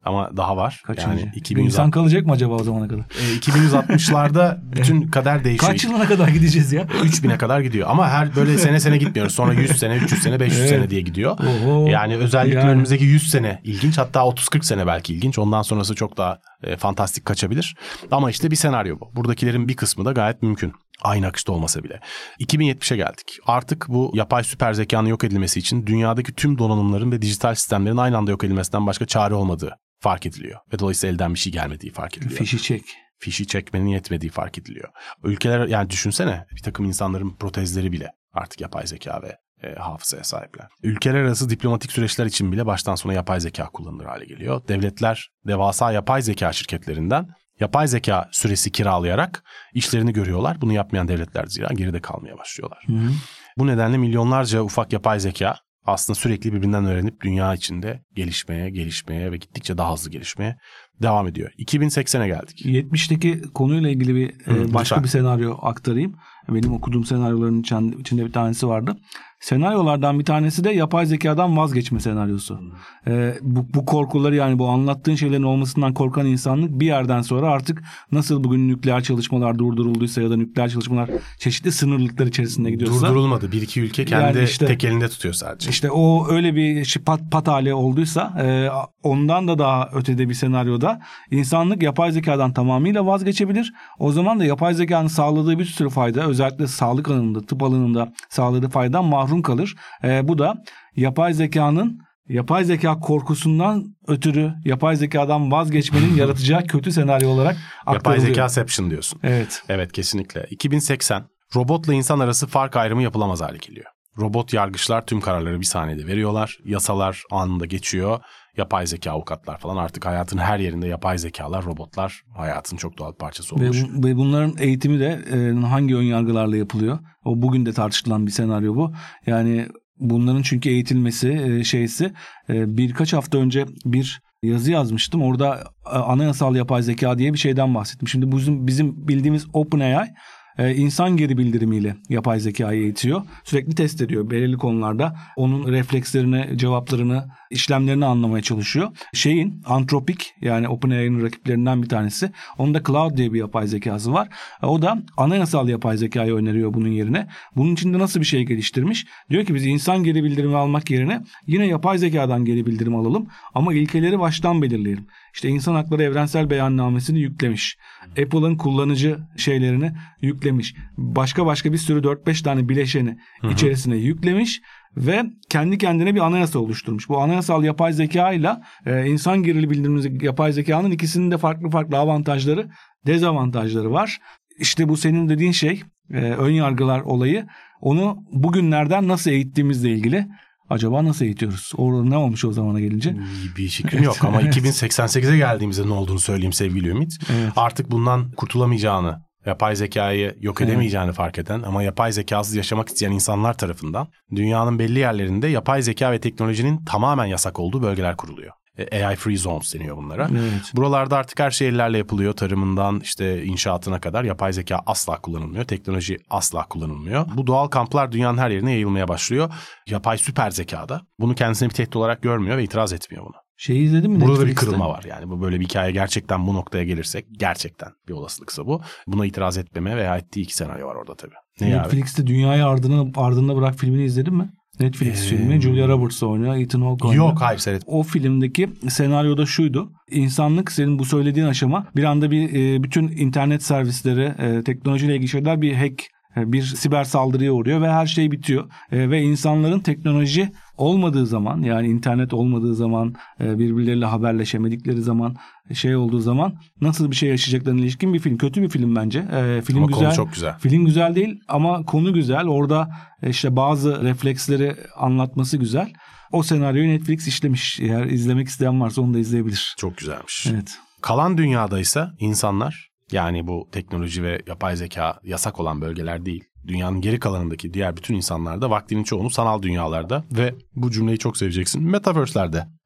Speaker 2: ama daha var.
Speaker 3: Kaçıncı?
Speaker 2: Yani iki bin yüz
Speaker 3: İnsan kalacak mı acaba o zamana kadar?
Speaker 2: E, iki bin yüz altmışlarda bütün kader değişiyor.
Speaker 3: Kaç yılına kadar gideceğiz ya?
Speaker 2: üç bine kadar gidiyor ama her böyle sene sene gitmiyoruz. Sonra yüz sene, üç yüz sene, beş yüz evet. sene diye gidiyor.
Speaker 3: Oho.
Speaker 2: Yani özellikle
Speaker 3: yani.
Speaker 2: önümüzdeki yüz sene ilginç, hatta otuz kırk sene belki ilginç. Ondan sonrası çok daha e, fantastik kaçabilir. Ama işte bir senaryo bu. Buradakilerin bir kısmı da gayet mümkün. Aynı akışta olmasa bile. iki bin yetmişe geldik. Artık bu yapay süper zekanın yok edilmesi için dünyadaki tüm donanımların ve dijital sistemlerin aynı anda yok edilmesinden başka çare olmadığı fark ediliyor. Ve dolayısıyla elden bir şey gelmediği fark ediliyor.
Speaker 3: Fişi çek.
Speaker 2: Fişi çekmenin yetmediği fark ediliyor. Ülkeler, yani düşünsene, bir takım insanların protezleri bile artık yapay zeka ve e, hafızaya sahipler. Ülkeler arası diplomatik süreçler için bile baştan sona yapay zeka kullanılır hale geliyor. Devletler devasa yapay zeka şirketlerinden yapay zeka süresi kiralayarak işlerini görüyorlar. Bunu yapmayan devletler zira geride kalmaya başlıyorlar. Hı hı. Bu nedenle milyonlarca ufak yapay zeka aslında sürekli birbirinden öğrenip dünya içinde gelişmeye, gelişmeye ve gittikçe daha hızlı gelişmeye devam ediyor. iki bin seksene geldik.
Speaker 3: yetmişteki konuyla ilgili bir Hı, başka lütfen. bir senaryo aktarayım. Benim okuduğum senaryoların içinde bir tanesi vardı. Senaryolardan bir tanesi de yapay zekadan vazgeçme senaryosu. Ee, bu, bu korkuları, yani bu anlattığın şeylerin olmasından korkan insanlık bir yerden sonra artık nasıl bugün nükleer çalışmalar durdurulduysa ya da nükleer çalışmalar çeşitli sınırlıklar içerisinde gidiyorsa.
Speaker 2: Durdurulmadı. Bir iki ülke kendi yani işte, tek elinde tutuyor sadece.
Speaker 3: İşte o öyle bir şey, pat, pat hali olduysa e, ondan da daha ötede bir senaryoda insanlık yapay zekadan tamamıyla vazgeçebilir. O zaman da yapay zekanın sağladığı bir sürü fayda, özellikle sağlık alanında, tıp alanında sağladığı faydadan mahrum kalır. E, bu da yapay zekanın yapay zeka korkusundan ötürü yapay zekadan vazgeçmenin yaratacağı kötü senaryo olarak aktarılıyor.
Speaker 2: Yapay zekaception diyorsun.
Speaker 3: Evet.
Speaker 2: Evet, kesinlikle. iki bin seksen robotla insan arası fark ayrımı yapılamaz hale geliyor. Robot yargıçlar tüm kararları bir saniyede veriyorlar. Yasalar anında geçiyor. Yapay zeka avukatlar falan, artık hayatın her yerinde yapay zekalar, robotlar hayatın çok doğal parçası olmuş.
Speaker 3: Ve, bu, ve bunların eğitimi de e, hangi ön yargılarla yapılıyor? O bugün de tartışılan bir senaryo bu. Yani bunların çünkü eğitilmesi e, şeysi e, birkaç hafta önce bir yazı yazmıştım. Orada e, anayasal yapay zeka diye bir şeyden bahsettim. Şimdi bizim bizim bildiğimiz OpenAI Ee, insan geri bildirimiyle yapay zekayı eğitiyor. Sürekli test ediyor belirli konularda. Onun reflekslerini, cevaplarını, işlemlerini anlamaya çalışıyor. Şeyin Anthropic, yani OpenAI'nin rakiplerinden bir tanesi. Onun da Cloud diye bir yapay zekası var. O da anayasal yapay zekayı öneriyor bunun yerine. Bunun için de nasıl bir şey geliştirmiş? Diyor ki biz insan geri bildirimi almak yerine yine yapay zekadan geri bildirim alalım ama ilkeleri baştan belirleyelim. İşte insan hakları evrensel beyannamesini yüklemiş. Apple'ın kullanıcı şeylerini yüklemiş. Başka başka bir sürü dört beş tane bileşeni hı hı. içerisine yüklemiş ve kendi kendine bir anayasa oluşturmuş. Bu anayasal yapay zeka ile e, insan gerili bildirimimiz yapay zekanın ikisinin de farklı farklı avantajları, dezavantajları var. İşte bu senin dediğin şey, e, ön yargılar olayı, onu bugünlerden nasıl eğittiğimizle ilgili. Acaba nasıl eğitiyoruz? Orada ne olmuş o zamana gelince?
Speaker 2: Bir fikrim yok ama iki bin seksen sekize geldiğimizde ne olduğunu söyleyeyim sevgili Ümit.
Speaker 3: Evet.
Speaker 2: Artık bundan kurtulamayacağını, yapay zekayı yok edemeyeceğini evet. fark eden ama yapay zekasız yaşamak isteyen insanlar tarafından dünyanın belli yerlerinde yapay zeka ve teknolojinin tamamen yasak olduğu bölgeler kuruluyor. A I Free Zones deniyor bunlara.
Speaker 3: Evet.
Speaker 2: Buralarda artık her şey ellerle yapılıyor. Tarımından işte inşaatına kadar yapay zeka asla kullanılmıyor. Teknoloji asla kullanılmıyor. Bu doğal kamplar dünyanın her yerine yayılmaya başlıyor. Yapay süper zekada bunu kendisine bir tehdit olarak görmüyor ve itiraz etmiyor buna.
Speaker 3: Şeyi izledin mi?
Speaker 2: Burada
Speaker 3: Netflix'te?
Speaker 2: bir kırılma var yani. Bu böyle bir hikaye, gerçekten bu noktaya gelirsek gerçekten bir olasılıksa bu. Buna itiraz etmeme veya ettiği iki senaryo var orada tabii. Ne
Speaker 3: Netflix'te abi? Dünyayı ardına, ardında bırak filmini izledin mi? Netflix ee... filmi. Julia Roberts oynuyor. Ethan Hawke oynuyor.
Speaker 2: Yok, hayır seyret.
Speaker 3: O filmdeki senaryoda şuydu. İnsanlık, senin bu söylediğin aşama, bir anda bir e, bütün internet servisleri, e, teknolojiyle ilgili şeyler bir hack, e, bir siber saldırıya uğruyor ve her şey bitiyor. E, ve insanların teknoloji olmadığı zaman, yani internet olmadığı zaman, e, birbirleriyle haberleşemedikleri zaman, şey olduğu zaman nasıl bir şey yaşayacaklarına ilişkin bir film. Kötü bir film bence. E, film
Speaker 2: ama
Speaker 3: güzel.
Speaker 2: Konu çok güzel.
Speaker 3: Film güzel değil ama konu güzel. Orada e, işte bazı refleksleri anlatması güzel. O senaryoyu Netflix işlemiş. Eğer izlemek isteyen varsa onu da izleyebilir.
Speaker 2: Çok güzelmiş.
Speaker 3: Evet.
Speaker 2: Kalan dünyada ise insanlar, yani bu teknoloji ve yapay zeka yasak olan bölgeler değil, dünyanın geri kalanındaki diğer bütün insanlar da vaktinin çoğunu sanal dünyalarda ve bu cümleyi çok seveceksin, metaverse'lerde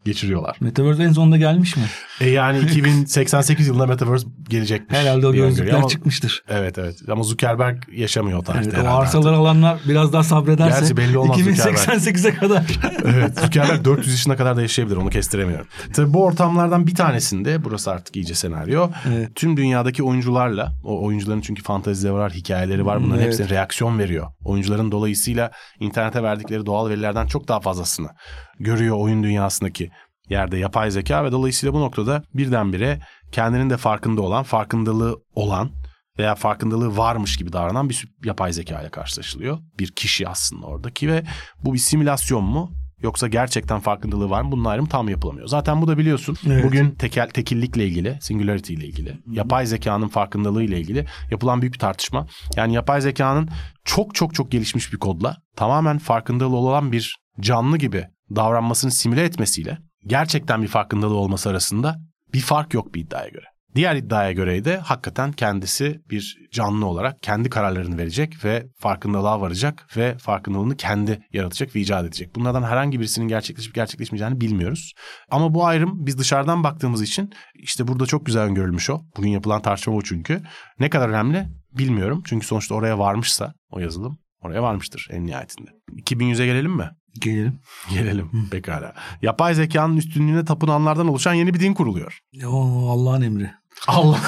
Speaker 2: geçiriyorlar.
Speaker 3: Metaverse en sonunda gelmiş mi?
Speaker 2: E yani iki bin seksen sekiz yılında Metaverse gelecekmiş.
Speaker 3: Herhalde o gözlükler
Speaker 2: ama,
Speaker 3: çıkmıştır.
Speaker 2: Evet evet ama Zuckerberg yaşamıyor o tarihte.
Speaker 3: Evet, o arsaları artık alanlar biraz daha sabrederse.
Speaker 2: Gerçi belli olmaz
Speaker 3: iki bin seksen sekize kadar.
Speaker 2: Evet, Zuckerberg dört yüz yaşına kadar da yaşayabilir, onu kestiremiyorum. Tabii bu ortamlardan bir tanesinde, burası artık iyice senaryo. Evet. Tüm dünyadaki oyuncularla, o oyuncuların çünkü fantezileri var, hikayeleri var, bunların evet. hepsine reaksiyon veriyor. Oyuncuların dolayısıyla internete verdikleri doğal verilerden çok daha fazlasını görüyor oyun dünyasındaki yerde yapay zeka ve dolayısıyla bu noktada birdenbire kendinin de farkında olan, farkındalığı olan veya farkındalığı varmış gibi davranan bir yapay zeka ile karşılaşılıyor. Bir kişi aslında oradaki ve bu bir simülasyon mu yoksa gerçekten farkındalığı var mı? Bunun ayrımı tam yapılamıyor. Zaten bu da biliyorsun evet. bugün tekel, tekillikle ilgili, singularity ile ilgili, Hı-hı. yapay zekanın farkındalığı ile ilgili yapılan büyük bir tartışma. Yani yapay zekanın çok çok çok gelişmiş bir kodla tamamen farkındalığı olan bir canlı gibi davranmasını simüle etmesiyle gerçekten bir farkındalığı olması arasında bir fark yok bir iddiaya göre. Diğer iddiaya göre de hakikaten kendisi bir canlı olarak kendi kararlarını verecek ve farkındalığa varacak ve farkındalığını kendi yaratacak ve icat edecek. Bunlardan herhangi birisinin gerçekleşip gerçekleşmeyeceğini bilmiyoruz. Ama bu ayrım biz dışarıdan baktığımız için işte burada çok güzel öngörülmüş o. Bugün yapılan tartışma o çünkü. Ne kadar önemli bilmiyorum. Çünkü sonuçta oraya varmışsa o yazılım oraya varmıştır en nihayetinde. iki bin yüze gelelim mi?
Speaker 3: Gelelim.
Speaker 2: Gelelim. Pekala. Yapay zekanın üstünlüğüne tapınanlardan oluşan yeni bir din kuruluyor.
Speaker 3: Oo, Allah'ın emri.
Speaker 2: Allah.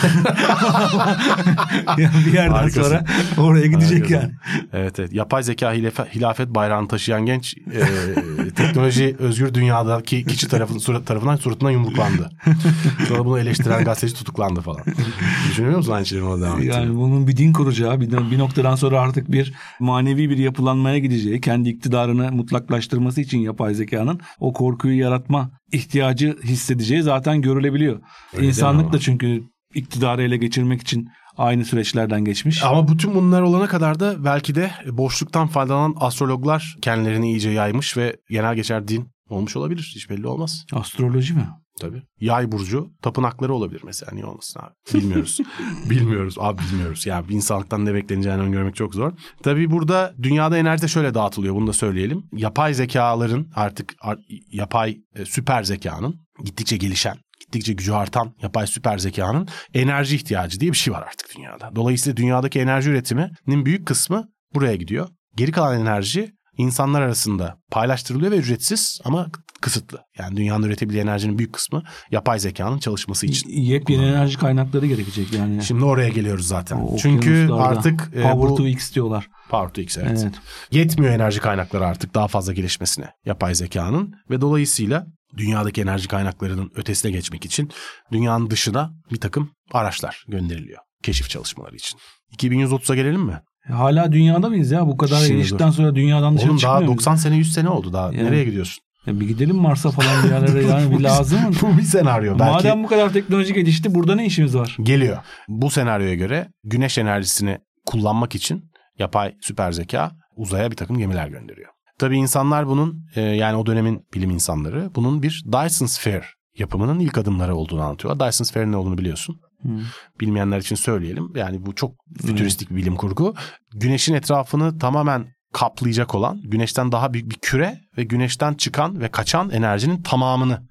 Speaker 3: Yani bir yerden Harikasın. Sonra oraya gidecek Harikasın. Yani.
Speaker 2: Evet evet. Yapay zeka hilaf- hilafet bayrağını taşıyan genç e, teknoloji özgür dünyadaki kişi tarafın, surat, tarafından suratına yumruklandı. Sonra bunu eleştiren gazeteci tutuklandı falan. Düşünüyor musun aynı şeyin ona devam ettiğini?
Speaker 3: Yani bunun bir din kuracağı, bir, bir noktadan sonra artık bir manevi bir yapılanmaya gideceği, kendi iktidarını mutlaklaştırması için yapay zekanın o korkuyu yaratma ihtiyacı hissedeceği zaten görülebiliyor. Öyle İnsanlık da çünkü iktidarı ele geçirmek için aynı süreçlerden geçmiş.
Speaker 2: Ama bütün bunlar olana kadar da belki de boşluktan faydalanan astrologlar kendilerini iyice yaymış ve genel geçer din olmuş olabilir. Hiç belli olmaz.
Speaker 3: Astroloji mi?
Speaker 2: Tabii. Yay burcu tapınakları olabilir mesela. Niye olmasın abi? Bilmiyoruz. bilmiyoruz. Abi bilmiyoruz. Yani bir insanlıktan ne bekleneceğini öngörmek çok zor. Tabii burada dünyada enerji de şöyle dağıtılıyor. Bunu da söyleyelim. Yapay zekaların artık yapay e, süper zekanın gittikçe gelişen, gittikçe gücü artan yapay süper zekanın enerji ihtiyacı diye bir şey var artık dünyada. Dolayısıyla dünyadaki enerji üretiminin büyük kısmı buraya gidiyor. Geri kalan enerji insanlar arasında paylaştırılıyor ve ücretsiz ama kısıtlı. Yani dünyanın üretebildiği enerjinin büyük kısmı yapay zekanın çalışması için.
Speaker 3: Yepyeni enerji kaynakları gerekecek yani.
Speaker 2: Şimdi oraya geliyoruz zaten. O, Çünkü artık
Speaker 3: e, Power bu, to X diyorlar.
Speaker 2: Power to X evet. evet. Yetmiyor enerji kaynakları artık daha fazla gelişmesine yapay zekanın ve dolayısıyla dünyadaki enerji kaynaklarının ötesine geçmek için dünyanın dışına bir takım araçlar gönderiliyor keşif çalışmaları için. iki bin yüz otuza gelelim mi?
Speaker 3: Hala dünyada mıyız ya? Bu kadar geliştikten sonra dünyadan dışarı çıkmıyor muyuz?
Speaker 2: Oğlum daha doksan sene yüz sene oldu daha. Yani, nereye gidiyorsun?
Speaker 3: Ya bir gidelim Mars'a falan bir yerlere yani bir lazım mı?
Speaker 2: Bu bir senaryo. Belki...
Speaker 3: Madem bu kadar teknoloji gelişti burada ne işimiz var?
Speaker 2: Geliyor. Bu senaryoya göre güneş enerjisini kullanmak için yapay süper zeka uzaya bir takım gemiler gönderiyor. Tabii insanlar bunun e, yani o dönemin bilim insanları bunun bir Dyson Sphere yapımının ilk adımları olduğunu anlatıyorlar. Dyson Sphere'in ne olduğunu biliyorsun. Hmm. Bilmeyenler için söyleyelim. Yani bu çok fütüristik bir bilim kurgu. Güneşin etrafını tamamen kaplayacak olan, güneşten daha büyük bir küre ve güneşten çıkan ve kaçan enerjinin tamamını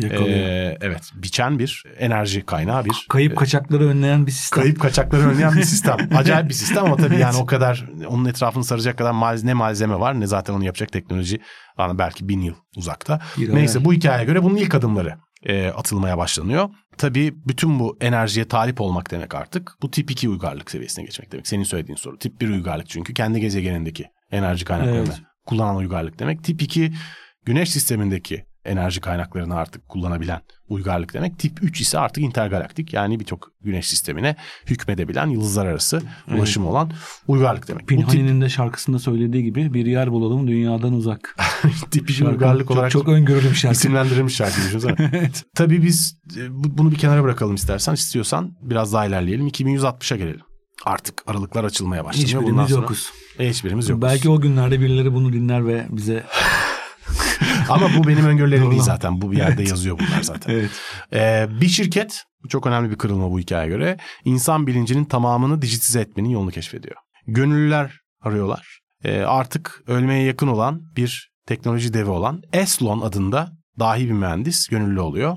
Speaker 2: e, evet biçen bir enerji kaynağı bir.
Speaker 3: Kayıp kaçakları önleyen bir sistem.
Speaker 2: Kayıp kaçakları önleyen bir sistem. Acayip bir sistem ama tabii yani o kadar onun etrafını saracak kadar malzeme, ne malzeme var ne zaten onu yapacak teknoloji yani belki bin yıl uzakta. Bir Neyse yani. Bu hikayeye göre bunun ilk adımları e, atılmaya başlanıyor. Tabii bütün bu enerjiye talip olmak demek artık bu tip iki uygarlık seviyesine geçmek demek. Senin söylediğin soru. Tip bir uygarlık çünkü kendi gezegenindeki enerji kaynaklarını evet. kullanan uygarlık demek. Tip iki güneş sistemindeki enerji kaynaklarını artık kullanabilen uygarlık demek. Tip üç ise artık intergalaktik yani birçok güneş sistemine hükmedebilen yıldızlar arası evet. ulaşımı olan uygarlık demek.
Speaker 3: Pinhani'nin tip... de şarkısında söylediği gibi bir yer bulalım dünyadan uzak.
Speaker 2: Tip iki uygarlık
Speaker 3: çok,
Speaker 2: olarak
Speaker 3: çok öngörülü bir şarkı.
Speaker 2: İsimlendirilmiş şarkı. evet. Tabii biz bunu bir kenara bırakalım istersen. İstiyorsan biraz daha ilerleyelim. iki bin yüz altmışa gelelim. Artık aralıklar açılmaya başlıyor.
Speaker 3: Hiçbirimiz yokuz.
Speaker 2: E, hiçbirimiz yokuz.
Speaker 3: Belki o günlerde birileri bunu dinler ve bize...
Speaker 2: Ama bu benim öngörülerim değil zaten. Bu bir yerde evet. yazıyor bunlar zaten. Evet. Ee, bir şirket, çok önemli bir kırılma bu hikayeye göre, insan bilincinin tamamını dijitize etmenin yolunu keşfediyor. Gönüllüler arıyorlar. Ee, artık ölmeye yakın olan bir teknoloji devi olan Eslon adında dahi bir mühendis gönüllü oluyor.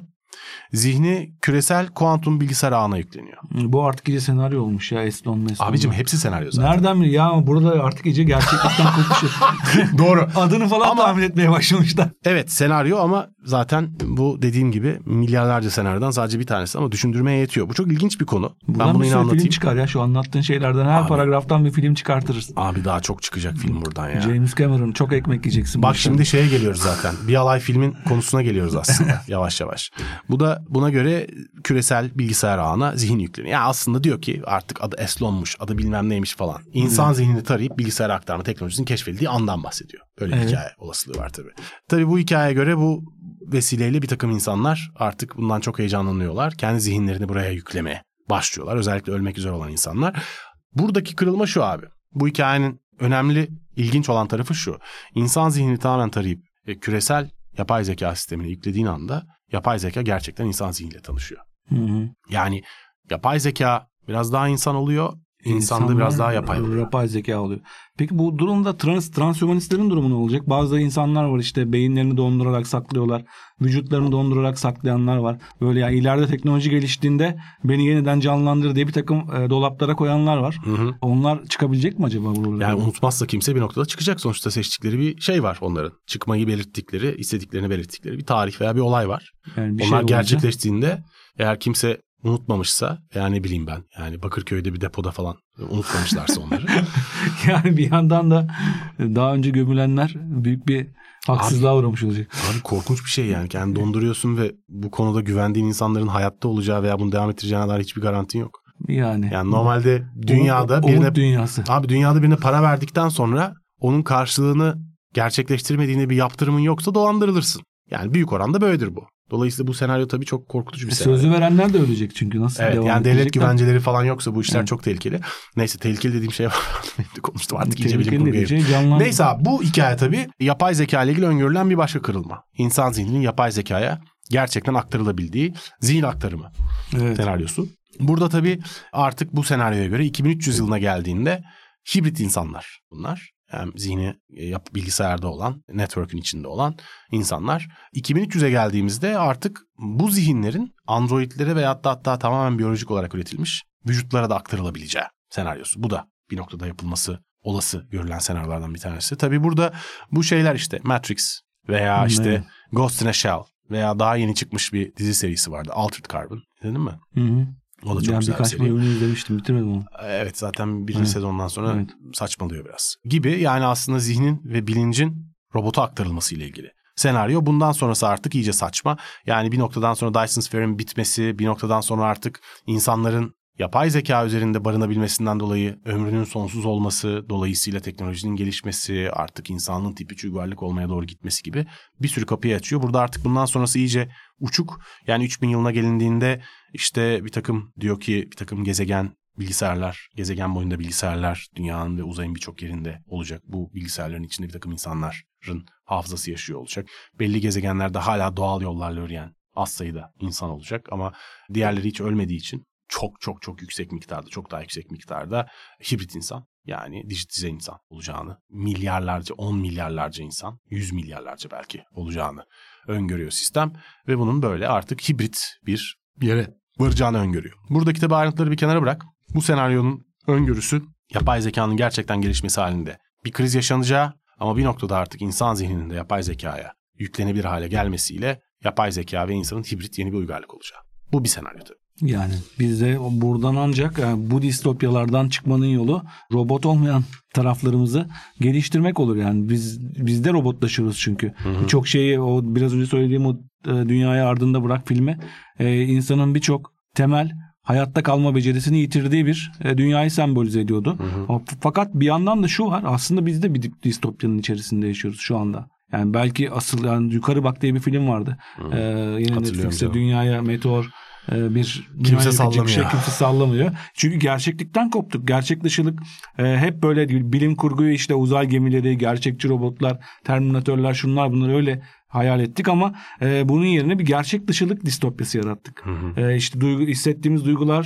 Speaker 2: Zihni küresel kuantum bilgisayar ağına yükleniyor.
Speaker 3: Bu artık iyice senaryo olmuş ya. Eslon Meslon.
Speaker 2: Abicim hepsi senaryo zaten.
Speaker 3: Nereden biliyor? Ya burada artık iyice gerçeklikten kopuşuyor.
Speaker 2: Doğru.
Speaker 3: Adını falan
Speaker 2: ama,
Speaker 3: tahmin etmeye başlamışlar.
Speaker 2: Evet senaryo ama zaten bu dediğim gibi milyarlarca senaryodan sadece bir tanesi ama düşündürmeye yetiyor. Bu çok ilginç bir konu.
Speaker 3: Buradan
Speaker 2: ben bunu
Speaker 3: bir
Speaker 2: yine anlatayım.
Speaker 3: film çıkar ya şu anlattığın şeylerden her
Speaker 2: abi,
Speaker 3: paragraftan bir film çıkartırız.
Speaker 2: Abi daha çok çıkacak film buradan ya.
Speaker 3: James Cameron çok ekmek yiyeceksin.
Speaker 2: Bak şimdi şeye geliyoruz zaten. Bir alay filmin konusuna geliyoruz aslında yavaş yavaş. Bu da buna göre küresel bilgisayar ağına zihin yükleniyor. Yani aslında diyor ki artık adı Eslon'muş, adı bilmem neymiş falan. İnsan hmm. zihnini tarayıp bilgisayara aktarma teknolojisinin keşfedildiği andan bahsediyor. Böyle bir evet. hikaye olasılığı var tabii. Tabii bu hikayeye göre bu vesileyle bir takım insanlar artık bundan çok heyecanlanıyorlar. Kendi zihinlerini buraya yüklemeye başlıyorlar. Özellikle ölmek üzere olan insanlar. Buradaki kırılma şu abi. Bu hikayenin önemli, ilginç olan tarafı şu. İnsan zihnini tamamen tarayıp e, küresel yapay zeka sistemine yüklediğin anda yapay zeka gerçekten insan zihniyle tanışıyor.
Speaker 3: Hı hı.
Speaker 2: Yani yapay zeka biraz daha insan oluyor. İnsan da biraz daha yapay oluyor.
Speaker 3: Yapay zeka oluyor. Peki bu durumda trans, transhumanistlerin durumu ne olacak? Bazı insanlar var işte beyinlerini dondurarak saklıyorlar. Vücutlarını dondurarak saklayanlar var. Böyle yani ileride teknoloji geliştiğinde beni yeniden canlandır diye bir takım e, dolaplara koyanlar var. Hı hı. Onlar çıkabilecek mi acaba? Buralarda?
Speaker 2: Yani unutmazsa kimse bir noktada çıkacak. Sonuçta seçtikleri bir şey var onların. Çıkmayı belirttikleri, istediklerini belirttikleri bir tarih veya bir olay var. Yani bir Onlar şey gerçekleştiğinde eğer kimse unutmamışsa yani ne bileyim ben yani Bakırköy'de bir depoda falan unutmamışlarsa onları.
Speaker 3: Yani bir yandan da daha önce gömülenler büyük bir haksızlığa abi, uğramış olacak.
Speaker 2: Abi korkunç bir şey yani. Kendini donduruyorsun ve bu konuda güvendiğin insanların hayatta olacağı veya bunu devam ettireceğine dair hiçbir garantin yok.
Speaker 3: Yani.
Speaker 2: Yani normalde dünyada
Speaker 3: umut,
Speaker 2: birine
Speaker 3: umut dünyası.
Speaker 2: Abi dünyada birine para verdikten sonra onun karşılığını gerçekleştirmediğine bir yaptırımın yoksa dolandırılırsın. Yani büyük oranda böyledir bu. Dolayısıyla bu senaryo tabii çok korkutucu bir
Speaker 3: e,
Speaker 2: senaryo.
Speaker 3: Sözü verenler de ölecek çünkü nasıl
Speaker 2: evet,
Speaker 3: devam
Speaker 2: yani
Speaker 3: edecekler?
Speaker 2: devlet güvenceleri falan yoksa bu işler evet. çok tehlikeli. Neyse tehlikeli dediğim şey var. Konuştum artık iyice bilim kurguya.
Speaker 3: Şey,
Speaker 2: Neyse abi bu hikaye tabii yapay zeka ile ilgili öngörülen bir başka kırılma. İnsan zihninin yapay zekaya gerçekten aktarılabildiği zihin aktarımı evet. senaryosu. Burada tabii artık bu senaryoya göre iki bin üç yüz yılına geldiğinde hibrit insanlar bunlar. Yani zihni bilgisayarda olan, network'ün içinde olan insanlar. iki bin üç yüze geldiğimizde artık bu zihinlerin androidlere veya hatta, hatta tamamen biyolojik olarak üretilmiş vücutlara da aktarılabileceği senaryosu. Bu da bir noktada yapılması olası görülen senaryolardan bir tanesi. Tabii burada bu şeyler işte Matrix veya işte hmm. Ghost in a Shell veya daha yeni çıkmış bir dizi serisi vardı. Altered Carbon. İzledin mi?
Speaker 3: Hı hı.
Speaker 2: O da çok
Speaker 3: yani
Speaker 2: güzel bir seri.
Speaker 3: Birkaç bölümünü izlemiştim, bitirmedim onu.
Speaker 2: Evet zaten birinci evet. sezondan sonra evet. saçmalıyor biraz. Gibi yani aslında zihnin ve bilincin robota aktarılması ile ilgili senaryo. Bundan sonrası artık iyice saçma. Yani bir noktadan sonra Dyson Sphere'in bitmesi, bir noktadan sonra artık insanların yapay zeka üzerinde barınabilmesinden dolayı ömrünün sonsuz olması, dolayısıyla teknolojinin gelişmesi, artık insanlığın tip üç uygarlık olmaya doğru gitmesi gibi bir sürü kapıyı açıyor. Burada artık bundan sonrası iyice uçuk. Yani üç bin yılına gelindiğinde işte bir takım diyor ki bir takım gezegen bilgisayarlar, gezegen boyunda bilgisayarlar dünyanın ve uzayın birçok yerinde olacak. Bu bilgisayarların içinde bir takım insanların hafızası yaşıyor olacak. Belli gezegenlerde hala doğal yollarla üreyen az sayıda insan olacak ama diğerleri hiç ölmediği için çok çok çok yüksek miktarda, çok daha yüksek miktarda hibrit insan yani dijitize insan olacağını, milyarlarca, on milyarlarca insan, yüz milyarlarca belki olacağını öngörüyor sistem ve bunun böyle artık hibrit bir yere varacağını öngörüyor. Buradaki tabi ayrıntıları bir kenara bırak. Bu senaryonun öngörüsü yapay zekanın gerçekten gelişmesi halinde bir kriz yaşanacağı ama bir noktada artık insan zihninin de yapay zekaya yüklenebilir hale gelmesiyle yapay zeka ve insanın hibrit yeni bir uygarlık olacağı. Bu bir senaryo tabii.
Speaker 3: Yani biz de buradan ancak yani bu distopyalardan çıkmanın yolu robot olmayan taraflarımızı geliştirmek olur yani. Biz biz de robotlaşıyoruz çünkü. Birçok şeyi o biraz önce söylediğim o e, dünyayı ardında bırak filmi e, insanın birçok temel hayatta kalma becerisini yitirdiği bir e, dünyayı sembolize ediyordu. Hı hı. Fakat bir yandan da şu var, aslında biz de bir distopyanın içerisinde yaşıyoruz şu anda. Yani belki asıl yani Yukarı Bak diye bir film vardı. Ee, yine Netflix'te dünyaya meteor e, bir
Speaker 2: kimse sallamıyor.
Speaker 3: Şey, kimse sallamıyor. Çünkü gerçeklikten koptuk. Gerçek dışılık e, hep böyle bilim kurguyu işte uzay gemileri, gerçekçi robotlar, terminatörler, şunlar bunlar öyle hayal ettik ama e, bunun yerine bir gerçek dışılık distopyası yarattık. Hı hı. E, işte duygu, hissettiğimiz duygular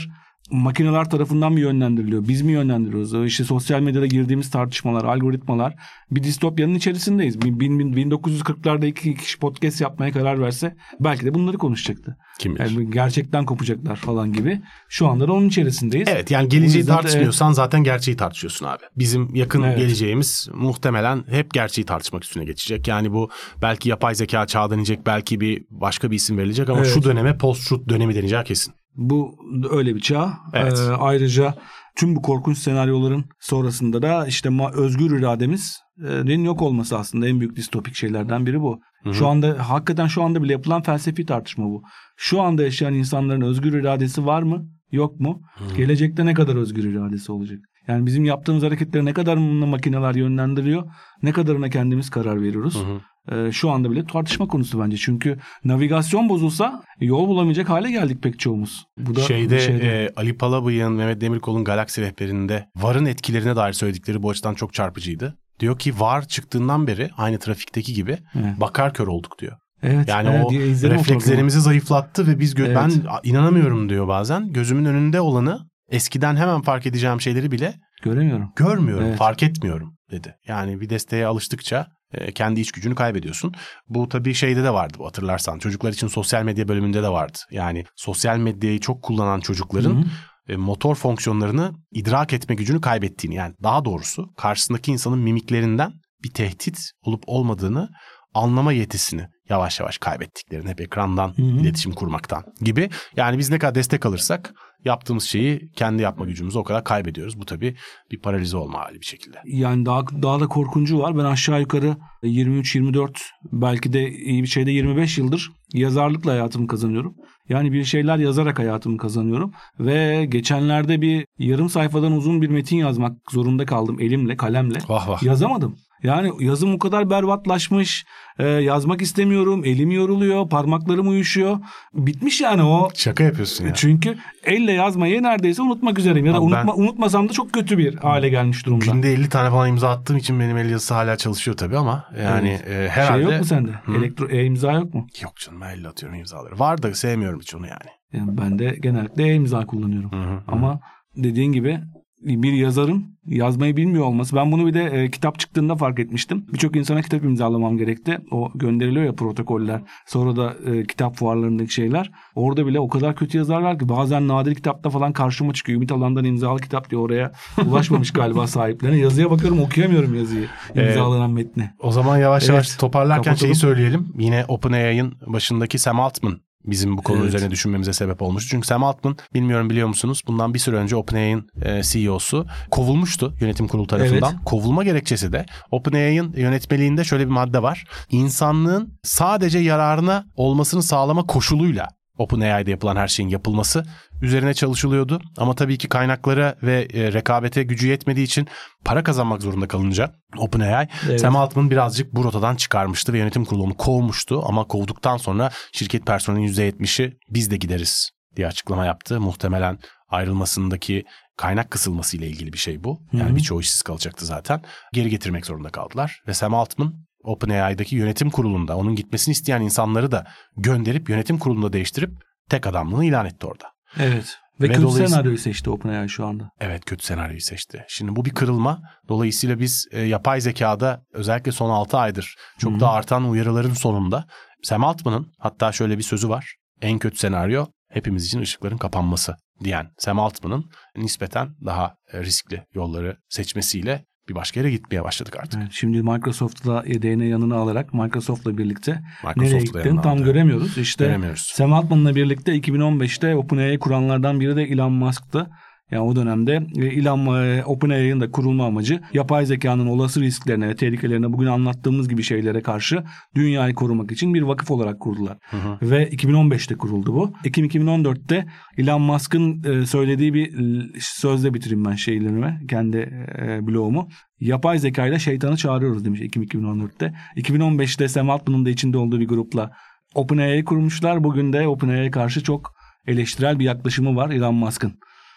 Speaker 3: makineler tarafından mı yönlendiriliyor? Biz mi yönlendiriyoruz? İşte sosyal medyada girdiğimiz tartışmalar, algoritmalar, bir distopyanın içerisindeyiz. bin dokuz yüz kırklarda iki kişi podcast yapmaya karar verse belki de bunları konuşacaktı.
Speaker 2: Kim bilir?
Speaker 3: Yani gerçekten kopacaklar falan gibi. Şu anda da onun içerisindeyiz.
Speaker 2: Evet, yani geleceği
Speaker 3: yüzden,
Speaker 2: tartışmıyorsan
Speaker 3: evet.
Speaker 2: zaten gerçeği tartışıyorsun abi. Bizim yakın
Speaker 3: Evet.
Speaker 2: geleceğimiz muhtemelen hep gerçeği tartışmak üstüne geçecek. Yani bu belki yapay zeka çağı denecek, belki bir başka bir isim verilecek ama
Speaker 3: Evet.
Speaker 2: şu döneme post-truth dönemi deneyeceği kesin.
Speaker 3: Bu öyle bir çağ.
Speaker 2: Evet.
Speaker 3: Ee, ayrıca tüm bu korkunç senaryoların sonrasında da işte ma- özgür irademizin yok olması aslında en büyük distopik şeylerden biri bu. Hı hı. Şu anda hakikaten şu anda bile yapılan felsefi tartışma bu. Şu anda yaşayan insanların özgür iradesi var mı? Yok mu? Hı. Gelecekte ne kadar özgür iradesi olacak? Yani bizim yaptığımız hareketleri ne kadarını makineler yönlendiriyor, ne kadarına kendimiz karar veriyoruz. Hı hı. Ee, şu anda bile tartışma konusu bence. Çünkü navigasyon bozulsa yol bulamayacak hale geldik pek çoğumuz. Bu da
Speaker 2: şeyde,
Speaker 3: şeyde...
Speaker 2: E, Ali Palabıyık'ın, Mehmet Demirkol'un Galaksi Rehberi'nde VAR'ın etkilerine dair söyledikleri bu açıdan çok çarpıcıydı. Diyor ki VAR çıktığından beri aynı trafikteki gibi evet. bakar kör olduk diyor.
Speaker 3: Evet,
Speaker 2: yani
Speaker 3: evet,
Speaker 2: o reflekslerimizi zayıflattı ve biz gö- evet. ben inanamıyorum diyor bazen. Gözümün önünde olanı eskiden hemen fark edeceğim şeyleri bile
Speaker 3: göremiyorum.
Speaker 2: Görmüyorum,
Speaker 3: evet.
Speaker 2: fark etmiyorum dedi. Yani bir desteğe alıştıkça e, kendi iç gücünü kaybediyorsun. Bu tabii şeyde de vardı bu, hatırlarsan. Çocuklar için sosyal medya bölümünde de vardı. Yani sosyal medyayı çok kullanan çocukların e, motor fonksiyonlarını idrak etme gücünü kaybettiğini, yani daha doğrusu karşısındaki insanın mimiklerinden bir tehdit olup olmadığını anlama yetisini yavaş yavaş kaybettiklerini, hep ekrandan Hı-hı. iletişim kurmaktan gibi. Yani biz ne kadar destek alırsak yaptığımız şeyi kendi yapma gücümüzü o kadar kaybediyoruz. Bu tabii bir paralize olma hali bir şekilde.
Speaker 3: Yani daha daha da korkuncu var. Ben aşağı yukarı yirmi üç yirmi dört belki de iyi bir şeyde yirmi beş yıldır yazarlıkla hayatımı kazanıyorum. Yani bir şeyler yazarak hayatımı kazanıyorum. Ve geçenlerde bir yarım sayfadan uzun bir metin yazmak zorunda kaldım elimle, kalemle.
Speaker 2: Vah vah.
Speaker 3: Yazamadım. Yani yazım o kadar berbatlaşmış. Ee, yazmak istemiyorum. Elim yoruluyor. Parmaklarım uyuşuyor. Bitmiş yani o.
Speaker 2: Şaka yapıyorsun ya.
Speaker 3: Çünkü elle yazmayı neredeyse unutmak üzereyim. Ya da unutma,
Speaker 2: ben,
Speaker 3: unutmasam da çok kötü bir hale gelmiş durumda.
Speaker 2: Günde elli tane falan imza attığım için benim el yazısı hala çalışıyor tabii ama yani evet. e, herhalde.
Speaker 3: Şey yok mu sende? Hı? Elektro e-imza yok mu?
Speaker 2: Yok canım, elle atıyorum imzaları. Var da sevmiyorum hiç onu yani.
Speaker 3: Yani ben de genellikle e-imza kullanıyorum. Hı hı, ama hı. dediğin gibi bir yazarın yazmayı bilmiyor olması. Ben bunu bir de e, kitap çıktığında fark etmiştim. Birçok insana kitap imzalamam gerekti. O gönderiliyor ya protokoller. Sonra da e, kitap fuarlarındaki şeyler. Orada bile o kadar kötü yazarlar ki bazen nadir kitapta falan karşıma çıkıyor. Ümit Alan'dan imzalı kitap diye, oraya ulaşmamış galiba sahiplerine. Yazıya bakıyorum, okuyamıyorum yazıyı. İmzalanan ee, metni.
Speaker 2: O zaman yavaş evet, yavaş toparlarken kapatalım. Şeyi söyleyelim. Yine OpenAI'ın başındaki Sam Altman bizim bu konu evet. üzerine düşünmemize sebep olmuş. Çünkü Sam Altman, bilmiyorum biliyor musunuz, bundan bir süre önce OpenAI'nin e, C E O'su kovulmuştu yönetim kurulu tarafından. Evet. Kovulma gerekçesi de OpenAI'nin yönetmeliğinde şöyle bir madde var. İnsanlığın sadece yararına olmasını sağlama koşuluyla OpenAI'de yapılan her şeyin yapılması üzerine çalışılıyordu. Ama tabii ki kaynaklara ve e, rekabete gücü yetmediği için para kazanmak zorunda kalınca OpenAI, evet. Sam Altman birazcık bu rotadan çıkarmıştı ve yönetim kurulu onu kovmuştu. Ama kovduktan sonra şirket personelinin yüzde yetmişi biz de gideriz diye açıklama yaptı. Muhtemelen ayrılmasındaki kaynak kısılması ile ilgili bir şey bu. Yani birçoğu işsiz kalacaktı zaten. Geri getirmek zorunda kaldılar ve Sam Altman OpenAI'daki yönetim kurulunda onun gitmesini isteyen insanları da gönderip yönetim kurulunda değiştirip tek adamlığını ilan etti orada.
Speaker 3: Evet. Ve, ve kötü senaryoyu seçti OpenAI şu anda.
Speaker 2: Evet, kötü senaryoyu seçti. Şimdi bu bir kırılma. Dolayısıyla biz e, yapay zekada özellikle son altı aydır çok Hı-hı. da artan uyarıların sonunda Sam Altman'ın hatta şöyle bir sözü var. En kötü senaryo hepimiz için ışıkların kapanması diyen Sam Altman'ın nispeten daha riskli yolları seçmesiyle bir başka yere gitmeye başladık artık.
Speaker 3: Evet, şimdi Microsoft'la yedeğine yanına alarak Microsoft'la birlikte nereye gittiğini tam aldı. göremiyoruz. İşte göremiyoruz. Sam Altman'la birlikte iki bin on beşte OpenAI'yi kuranlardan biri de Elon Musk'tı. Yani o dönemde Elon, OpenAI'nin de kurulma amacı yapay zekanın olası risklerine ve tehlikelerine, bugün anlattığımız gibi şeylere karşı dünyayı korumak için bir vakıf olarak kurdular. Hı hı. Ve iki bin on beşte kuruldu bu. Ekim iki bin on dörtte Elon Musk'ın söylediği bir sözle bitireyim ben şeylerimi, kendi blogumu. Yapay zekayla şeytanı çağırıyoruz demiş Ekim iki bin on dörtte. iki bin on beşte Sam Altman'ın da içinde olduğu bir grupla OpenAI'yi kurmuşlar. Bugün de OpenAI'ye karşı çok eleştirel bir yaklaşımı var Elon Musk'ın.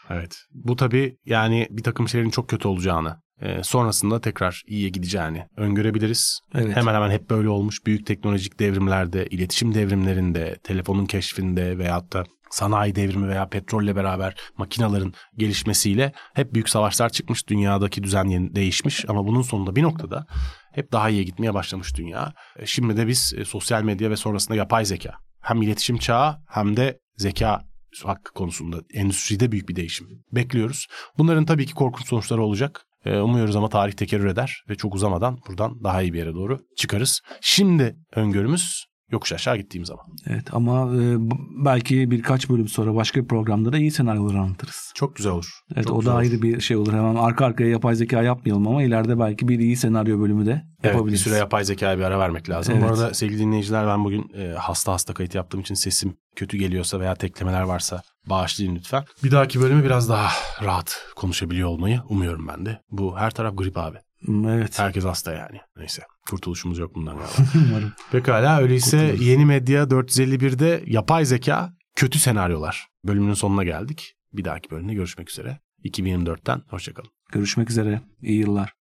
Speaker 2: Evet. Bu tabii yani bir takım şeylerin çok kötü olacağını, e, sonrasında tekrar iyiye gideceğini öngörebiliriz.
Speaker 3: Evet.
Speaker 2: Hemen hemen hep böyle olmuş. Büyük teknolojik devrimlerde, iletişim devrimlerinde, telefonun keşfinde veyahut da sanayi devrimi veya petrolle beraber makinelerin gelişmesiyle hep büyük savaşlar çıkmış. Dünyadaki düzen yeni değişmiş ama bunun sonunda bir noktada hep daha iyiye gitmeye başlamış dünya. E, şimdi de biz e, sosyal medya ve sonrasında yapay zeka, hem iletişim çağı hem de zeka hakkı konusunda endüstride büyük bir değişim bekliyoruz. Bunların tabii ki korkunç sonuçları olacak. E, umuyoruz ama tarih tekerrür eder ve çok uzamadan buradan daha iyi bir yere doğru çıkarız. Şimdi öngörümüz yokuş aşağı gittiğim zaman.
Speaker 3: Evet ama e, belki birkaç bölüm sonra başka bir programda da iyi senaryoları anlatırız.
Speaker 2: Çok güzel olur.
Speaker 3: Evet,
Speaker 2: çok
Speaker 3: o da ayrı olur. Bir şey olur. Hemen arka arkaya yapay zeka yapmayalım ama ileride belki bir iyi senaryo bölümü de yapabiliriz.
Speaker 2: Evet, bir süre yapay zekaya bir ara vermek lazım.
Speaker 3: Evet.
Speaker 2: Bu arada sevgili dinleyiciler, ben bugün e, hasta hasta kayıt yaptığım için sesim kötü geliyorsa veya teklemeler varsa bağışlayın lütfen. Bir dahaki bölümü biraz daha rahat konuşabiliyor olmayı umuyorum ben de. Bu her taraf grip abi.
Speaker 3: Evet.
Speaker 2: Herkes hasta yani. Neyse, kurtuluşumuz yok bundan galiba.
Speaker 3: Umarım.
Speaker 2: Pekala, öyleyse Yeni Medya dört yüz elli birde yapay zeka, kötü senaryolar bölümünün sonuna geldik. Bir dahaki bölümde görüşmek üzere. iki bin yirmi dörtten hoşçakalın.
Speaker 3: Görüşmek üzere. İyi yıllar.